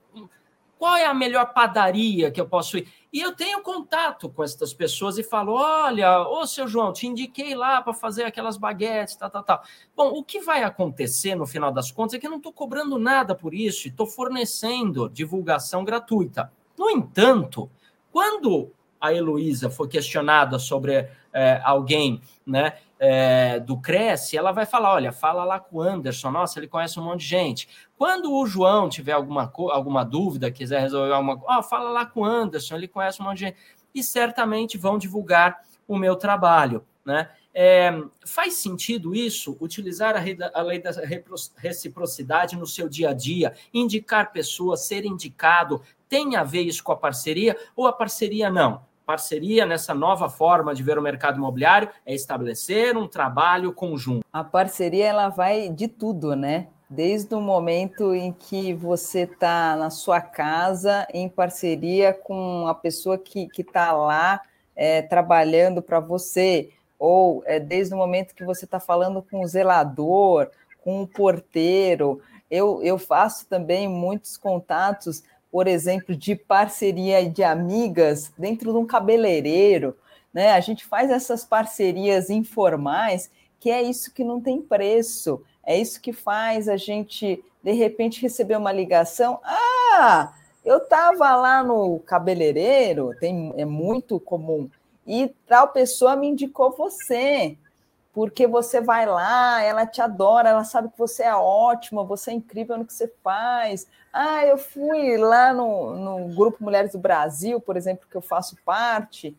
Qual é a melhor padaria que eu posso ir? E eu tenho contato com essas pessoas e falo, olha, ô, seu João, te indiquei lá para fazer aquelas baguetes, tal, tal, tal. Bom, o que vai acontecer no final das contas é que eu não estou cobrando nada por isso, estou fornecendo divulgação gratuita. No entanto, quando a Heloísa for questionada sobre é, alguém, né, é, do Cresce, ela vai falar, olha, fala lá com o Anderson, nossa, ele conhece um monte de gente. Quando o João tiver alguma, alguma dúvida, quiser resolver alguma coisa, oh, fala lá com o Anderson, ele conhece um monte de gente. E certamente vão divulgar o meu trabalho, né? É, faz sentido isso, utilizar a, rei da, a lei da reciprocidade no seu dia a dia, indicar pessoas, ser indicado, tem a ver isso com a parceria ou a parceria não? Parceria, nessa nova forma de ver o mercado imobiliário, é estabelecer um trabalho conjunto. A parceria, ela vai de tudo, né? Desde o momento em que você está na sua casa, em parceria com a pessoa que está lá é, trabalhando para você, ou é, desde o momento que você está falando com o zelador, com o porteiro. Eu, eu faço também muitos contatos, por exemplo, de parceria de amigas dentro de um cabeleireiro, né? A gente faz essas parcerias informais, que é isso que não tem preço, é isso que faz a gente, de repente, receber uma ligação. Ah, eu estava lá no cabeleireiro, tem, é muito comum, e tal pessoa me indicou você, porque você vai lá, ela te adora, ela sabe que você é ótima, você é incrível no que você faz. Ah, eu fui lá no, no Grupo Mulheres do Brasil, por exemplo, que eu faço parte,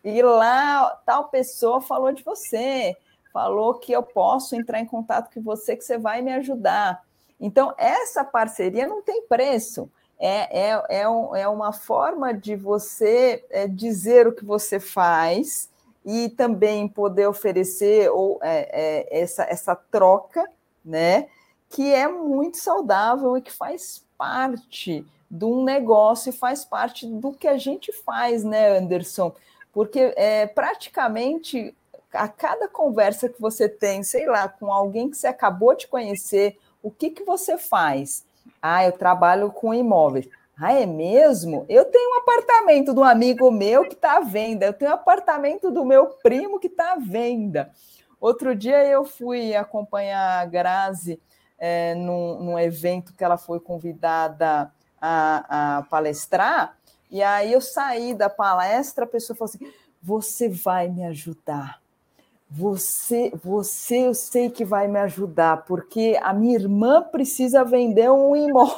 e lá tal pessoa falou de você, falou que eu posso entrar em contato com você, que você vai me ajudar. Então, essa parceria não tem preço. É, é, é, um, é uma forma de você é, dizer o que você faz e também poder oferecer ou, é, é, essa, essa troca, né, que é muito saudável e que faz parte de um negócio e faz parte do que a gente faz, né, Anderson? Porque é, praticamente a cada conversa que você tem, sei lá, com alguém que você acabou de conhecer, o que, que você faz? Ah, eu trabalho com imóveis. Ah, é mesmo? Eu tenho um apartamento de um amigo meu que está à venda, eu tenho um apartamento do meu primo que está à venda. Outro dia eu fui acompanhar a Grazi é, num, num evento que ela foi convidada a, a palestrar, e aí eu saí da palestra, a pessoa falou assim, você vai me ajudar. Você, você, eu sei que vai me ajudar, porque a minha irmã precisa vender um imóvel.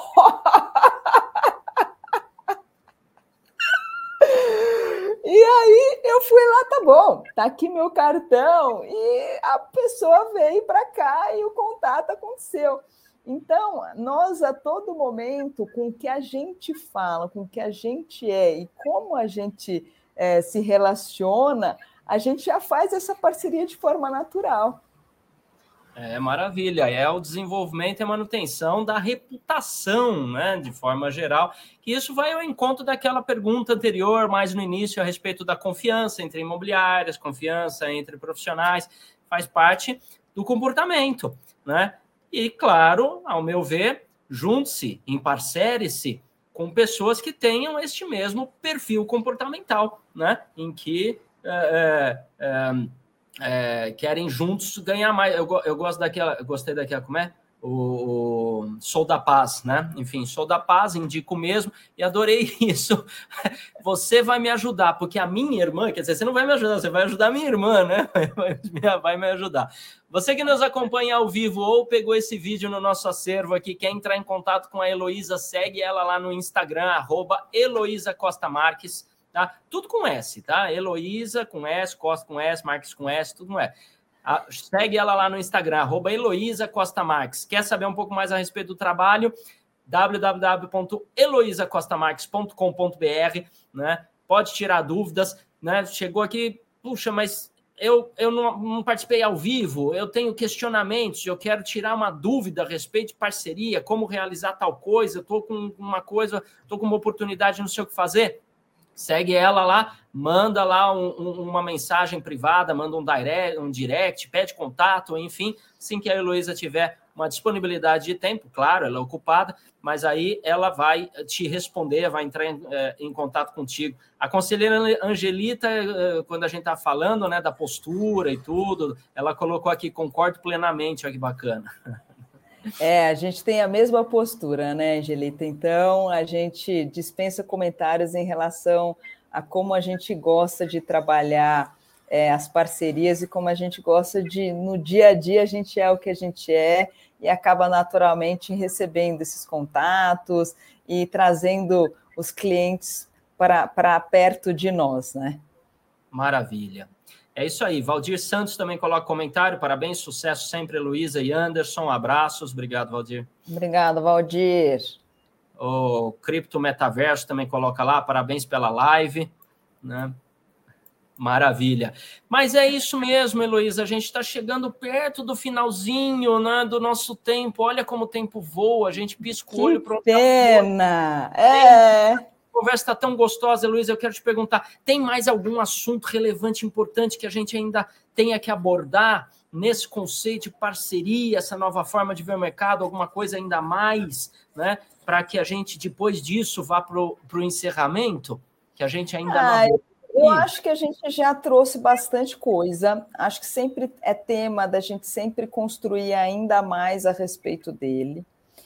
E aí eu fui lá, tá bom, tá aqui meu cartão, e a pessoa veio para cá e o contato aconteceu. Então, nós a todo momento, com o que a gente fala, com o que a gente é e como a gente é, se relaciona, a gente já faz essa parceria de forma natural. É maravilha, é o desenvolvimento e a manutenção da reputação, né, de forma geral, que isso vai ao encontro daquela pergunta anterior, mais no início, a respeito da confiança entre imobiliárias, confiança entre profissionais, faz parte do comportamento, né? E, claro, ao meu ver, junte-se, emparcere-se com pessoas que tenham este mesmo perfil comportamental, né, em que... É, é, É, querem juntos ganhar mais. Eu, eu gosto daquela, eu gostei daquela, como é? O, o Sou da Paz, né? Enfim, Sou da Paz, indico mesmo, e adorei isso. Você vai me ajudar, porque a minha irmã, quer dizer, você não vai me ajudar, você vai ajudar a minha irmã, né? Vai me ajudar. Você que nos acompanha ao vivo ou pegou esse vídeo no nosso acervo aqui, quer entrar em contato com a Heloísa, segue ela lá no Instagram, arroba Heloísa Costa Marques. Tá? Tudo com S, tá? Heloísa com S, Costa com S, Marques com S, tudo com S. A, segue ela lá no Instagram, arroba Heloísa Costa Marques. Quer saber um pouco mais a respeito do trabalho? w w w ponto heloisa costa marques ponto com ponto b r, né? Pode tirar dúvidas, né? Chegou aqui, puxa, mas eu, eu não, não participei ao vivo, eu tenho questionamentos, eu quero tirar uma dúvida a respeito de parceria, como realizar tal coisa, eu estou com uma coisa, estou com uma oportunidade, não sei o que fazer. Segue ela lá, manda lá um, um, uma mensagem privada, manda um direct, um direct, pede contato, enfim, assim que a Heloísa tiver uma disponibilidade de tempo, claro, ela é ocupada, mas aí ela vai te responder, vai entrar em, em contato contigo. A conselheira Angelita, quando a gente está falando, né, da postura e tudo, ela colocou aqui, concordo plenamente, olha que bacana. É, a gente tem a mesma postura, né, Angelita? Então, a gente dispensa comentários em relação a como a gente gosta de trabalhar é, as parcerias e como a gente gosta de, no dia a dia, a gente é o que a gente é e acaba naturalmente recebendo esses contatos e trazendo os clientes para, para perto de nós, né? Maravilha. É isso aí. Valdir Santos também coloca comentário. Parabéns, sucesso sempre, Heloísa e Anderson. Abraços. Obrigado, Valdir. Obrigado, Valdir. O Cripto Metaverso também coloca lá. Parabéns pela live. Né? Maravilha. Mas é isso mesmo, Heloísa. A gente está chegando perto do finalzinho, né, do nosso tempo. Olha como o tempo voa. A gente pisca o olho para que pena! É... A conversa está tão gostosa, Heloísa, eu quero te perguntar, tem mais algum assunto relevante, importante que a gente ainda tenha que abordar nesse conceito de parceria, essa nova forma de ver o mercado, alguma coisa ainda mais, né, para que a gente, depois disso, vá para o encerramento, que a gente ainda ah, não... Eu acho que a gente já trouxe bastante coisa, acho que sempre é tema da gente sempre construir ainda mais a respeito dele.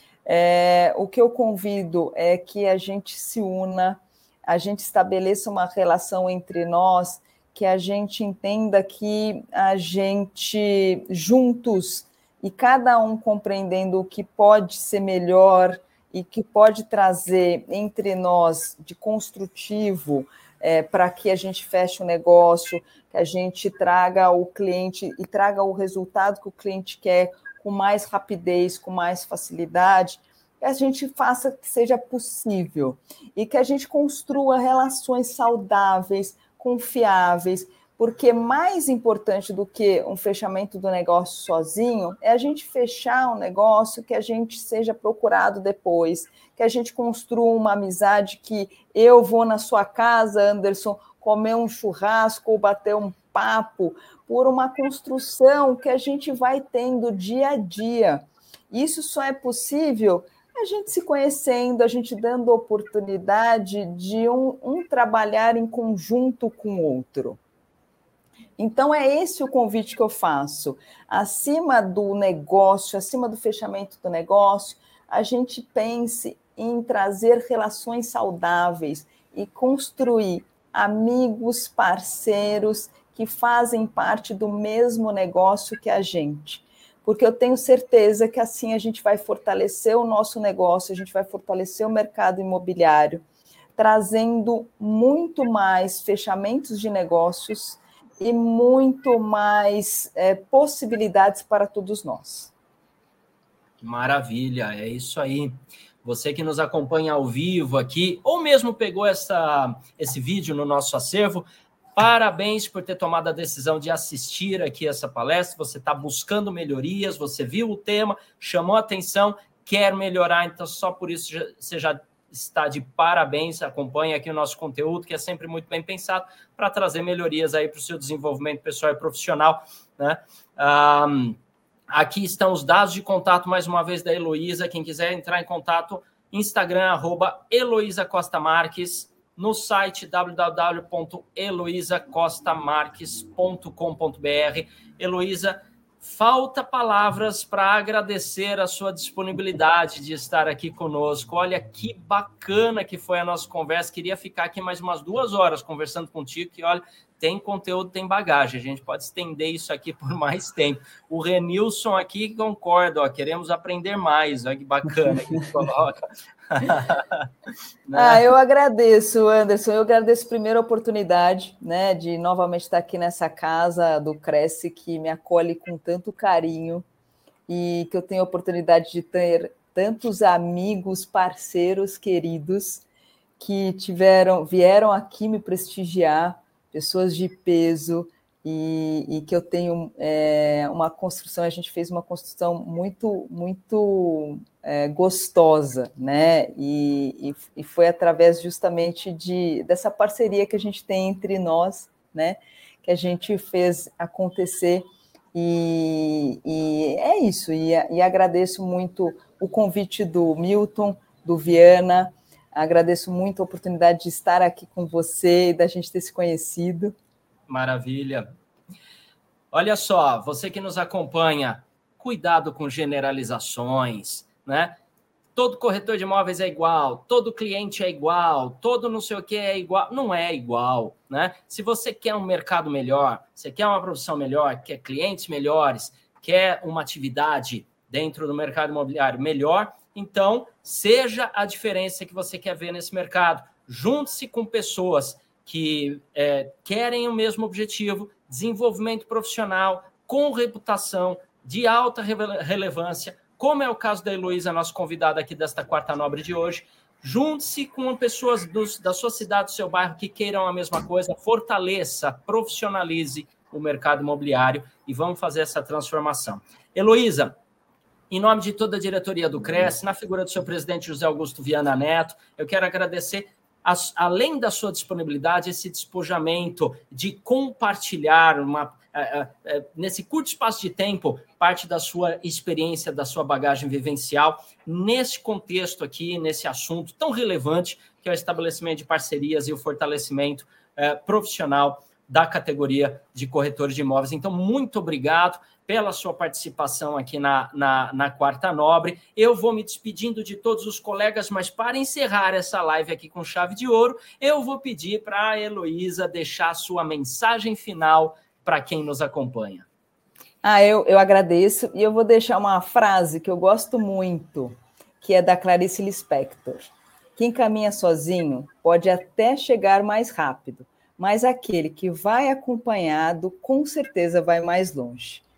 É, o que eu convido é que a gente se una, a gente estabeleça uma relação entre nós, que a gente entenda que a gente, juntos, e cada um compreendendo o que pode ser melhor e que pode trazer entre nós de construtivo, é, para que a gente feche o negócio, que a gente traga o cliente e traga o resultado que o cliente quer com mais rapidez, com mais facilidade, que a gente faça que seja possível e que a gente construa relações saudáveis, confiáveis, porque mais importante do que um fechamento do negócio sozinho é a gente fechar um negócio que a gente seja procurado depois, que a gente construa uma amizade que eu vou na sua casa, Anderson, comer um churrasco ou bater um papo, por uma construção que a gente vai tendo dia a dia. Isso só é possível a gente se conhecendo, a gente dando oportunidade de um, um trabalhar em conjunto com o outro. Então, é esse o convite que eu faço. Acima do negócio, acima do fechamento do negócio, a gente pense em trazer relações saudáveis e construir amigos, parceiros que fazem parte do mesmo negócio que a gente. Porque eu tenho certeza que assim a gente vai fortalecer o nosso negócio, a gente vai fortalecer o mercado imobiliário, trazendo muito mais fechamentos de negócios e muito mais é, possibilidades para todos nós. Maravilha, é isso aí. Você que nos acompanha ao vivo aqui, ou mesmo pegou essa, esse vídeo no nosso acervo, parabéns por ter tomado a decisão de assistir aqui essa palestra. Você está buscando melhorias, você viu o tema, chamou a atenção, quer melhorar, então só por isso você já está de parabéns. Acompanhe aqui o nosso conteúdo, que é sempre muito bem pensado para trazer melhorias aí para o seu desenvolvimento pessoal e profissional, né? Um, aqui estão os dados de contato, mais uma vez, da Heloísa. Quem quiser entrar em contato, Instagram, arroba Heloísa Costa Marques, no site w w w ponto heloisa costa marques ponto com ponto b r. Heloísa, falta palavras para agradecer a sua disponibilidade de estar aqui conosco. Olha que bacana que foi a nossa conversa. Queria ficar aqui mais umas duas horas conversando contigo, que olha, tem conteúdo, tem bagagem. A gente pode estender isso aqui por mais tempo. O Renilson aqui concorda, ó, queremos aprender mais. Olha que bacana que ele coloca. Né? Ah, eu agradeço, Anderson. Eu agradeço primeiro a oportunidade, né, de novamente estar aqui nessa casa do Cresce, que me acolhe com tanto carinho e que eu tenho a oportunidade de ter tantos amigos, parceiros, queridos que tiveram, vieram aqui me prestigiar, pessoas de peso, e, e que eu tenho é, uma construção, a gente fez uma construção muito, muito é, gostosa, né? E, e, e foi através justamente de, dessa parceria que a gente tem entre nós, né? Que a gente fez acontecer, e, e é isso, e, e agradeço muito o convite do Milton, do Viana, agradeço muito a oportunidade de estar aqui com você e da gente ter se conhecido. Maravilha. Olha só, você que nos acompanha, cuidado com generalizações, né? Todo corretor de imóveis é igual, todo cliente é igual, todo não sei o que é igual. Não é igual, né? Se você quer um mercado melhor, você quer uma produção melhor, quer clientes melhores, quer uma atividade dentro do mercado imobiliário melhor, então seja a diferença que você quer ver nesse mercado. Junte-se com pessoas que é, querem o mesmo objetivo, desenvolvimento profissional, com reputação, de alta relevância, como é o caso da Heloísa, nossa convidada aqui desta quarta nobre de hoje. Junte-se com pessoas dos, da sua cidade, do seu bairro, que queiram a mesma coisa, fortaleça, profissionalize o mercado imobiliário e vamos fazer essa transformação. Heloísa, em nome de toda a diretoria do Cresce, na figura do seu presidente José Augusto Viana Neto, eu quero agradecer, as, além da sua disponibilidade, esse despojamento de compartilhar uma, uh, uh, nesse curto espaço de tempo, parte da sua experiência, da sua bagagem vivencial, nesse contexto aqui, nesse assunto tão relevante, que é o estabelecimento de parcerias e o fortalecimento uh, profissional da categoria de corretores de imóveis. Então, muito obrigado pela sua participação aqui na, na, na Quarta Nobre. Eu vou me despedindo de todos os colegas, mas para encerrar essa live aqui com chave de ouro, eu vou pedir para a Heloísa deixar a sua mensagem final para quem nos acompanha. Ah, eu, eu agradeço, e eu vou deixar uma frase que eu gosto muito, que é da Clarice Lispector, Quem caminha sozinho pode até chegar mais rápido, mas aquele que vai acompanhado, com certeza vai mais longe.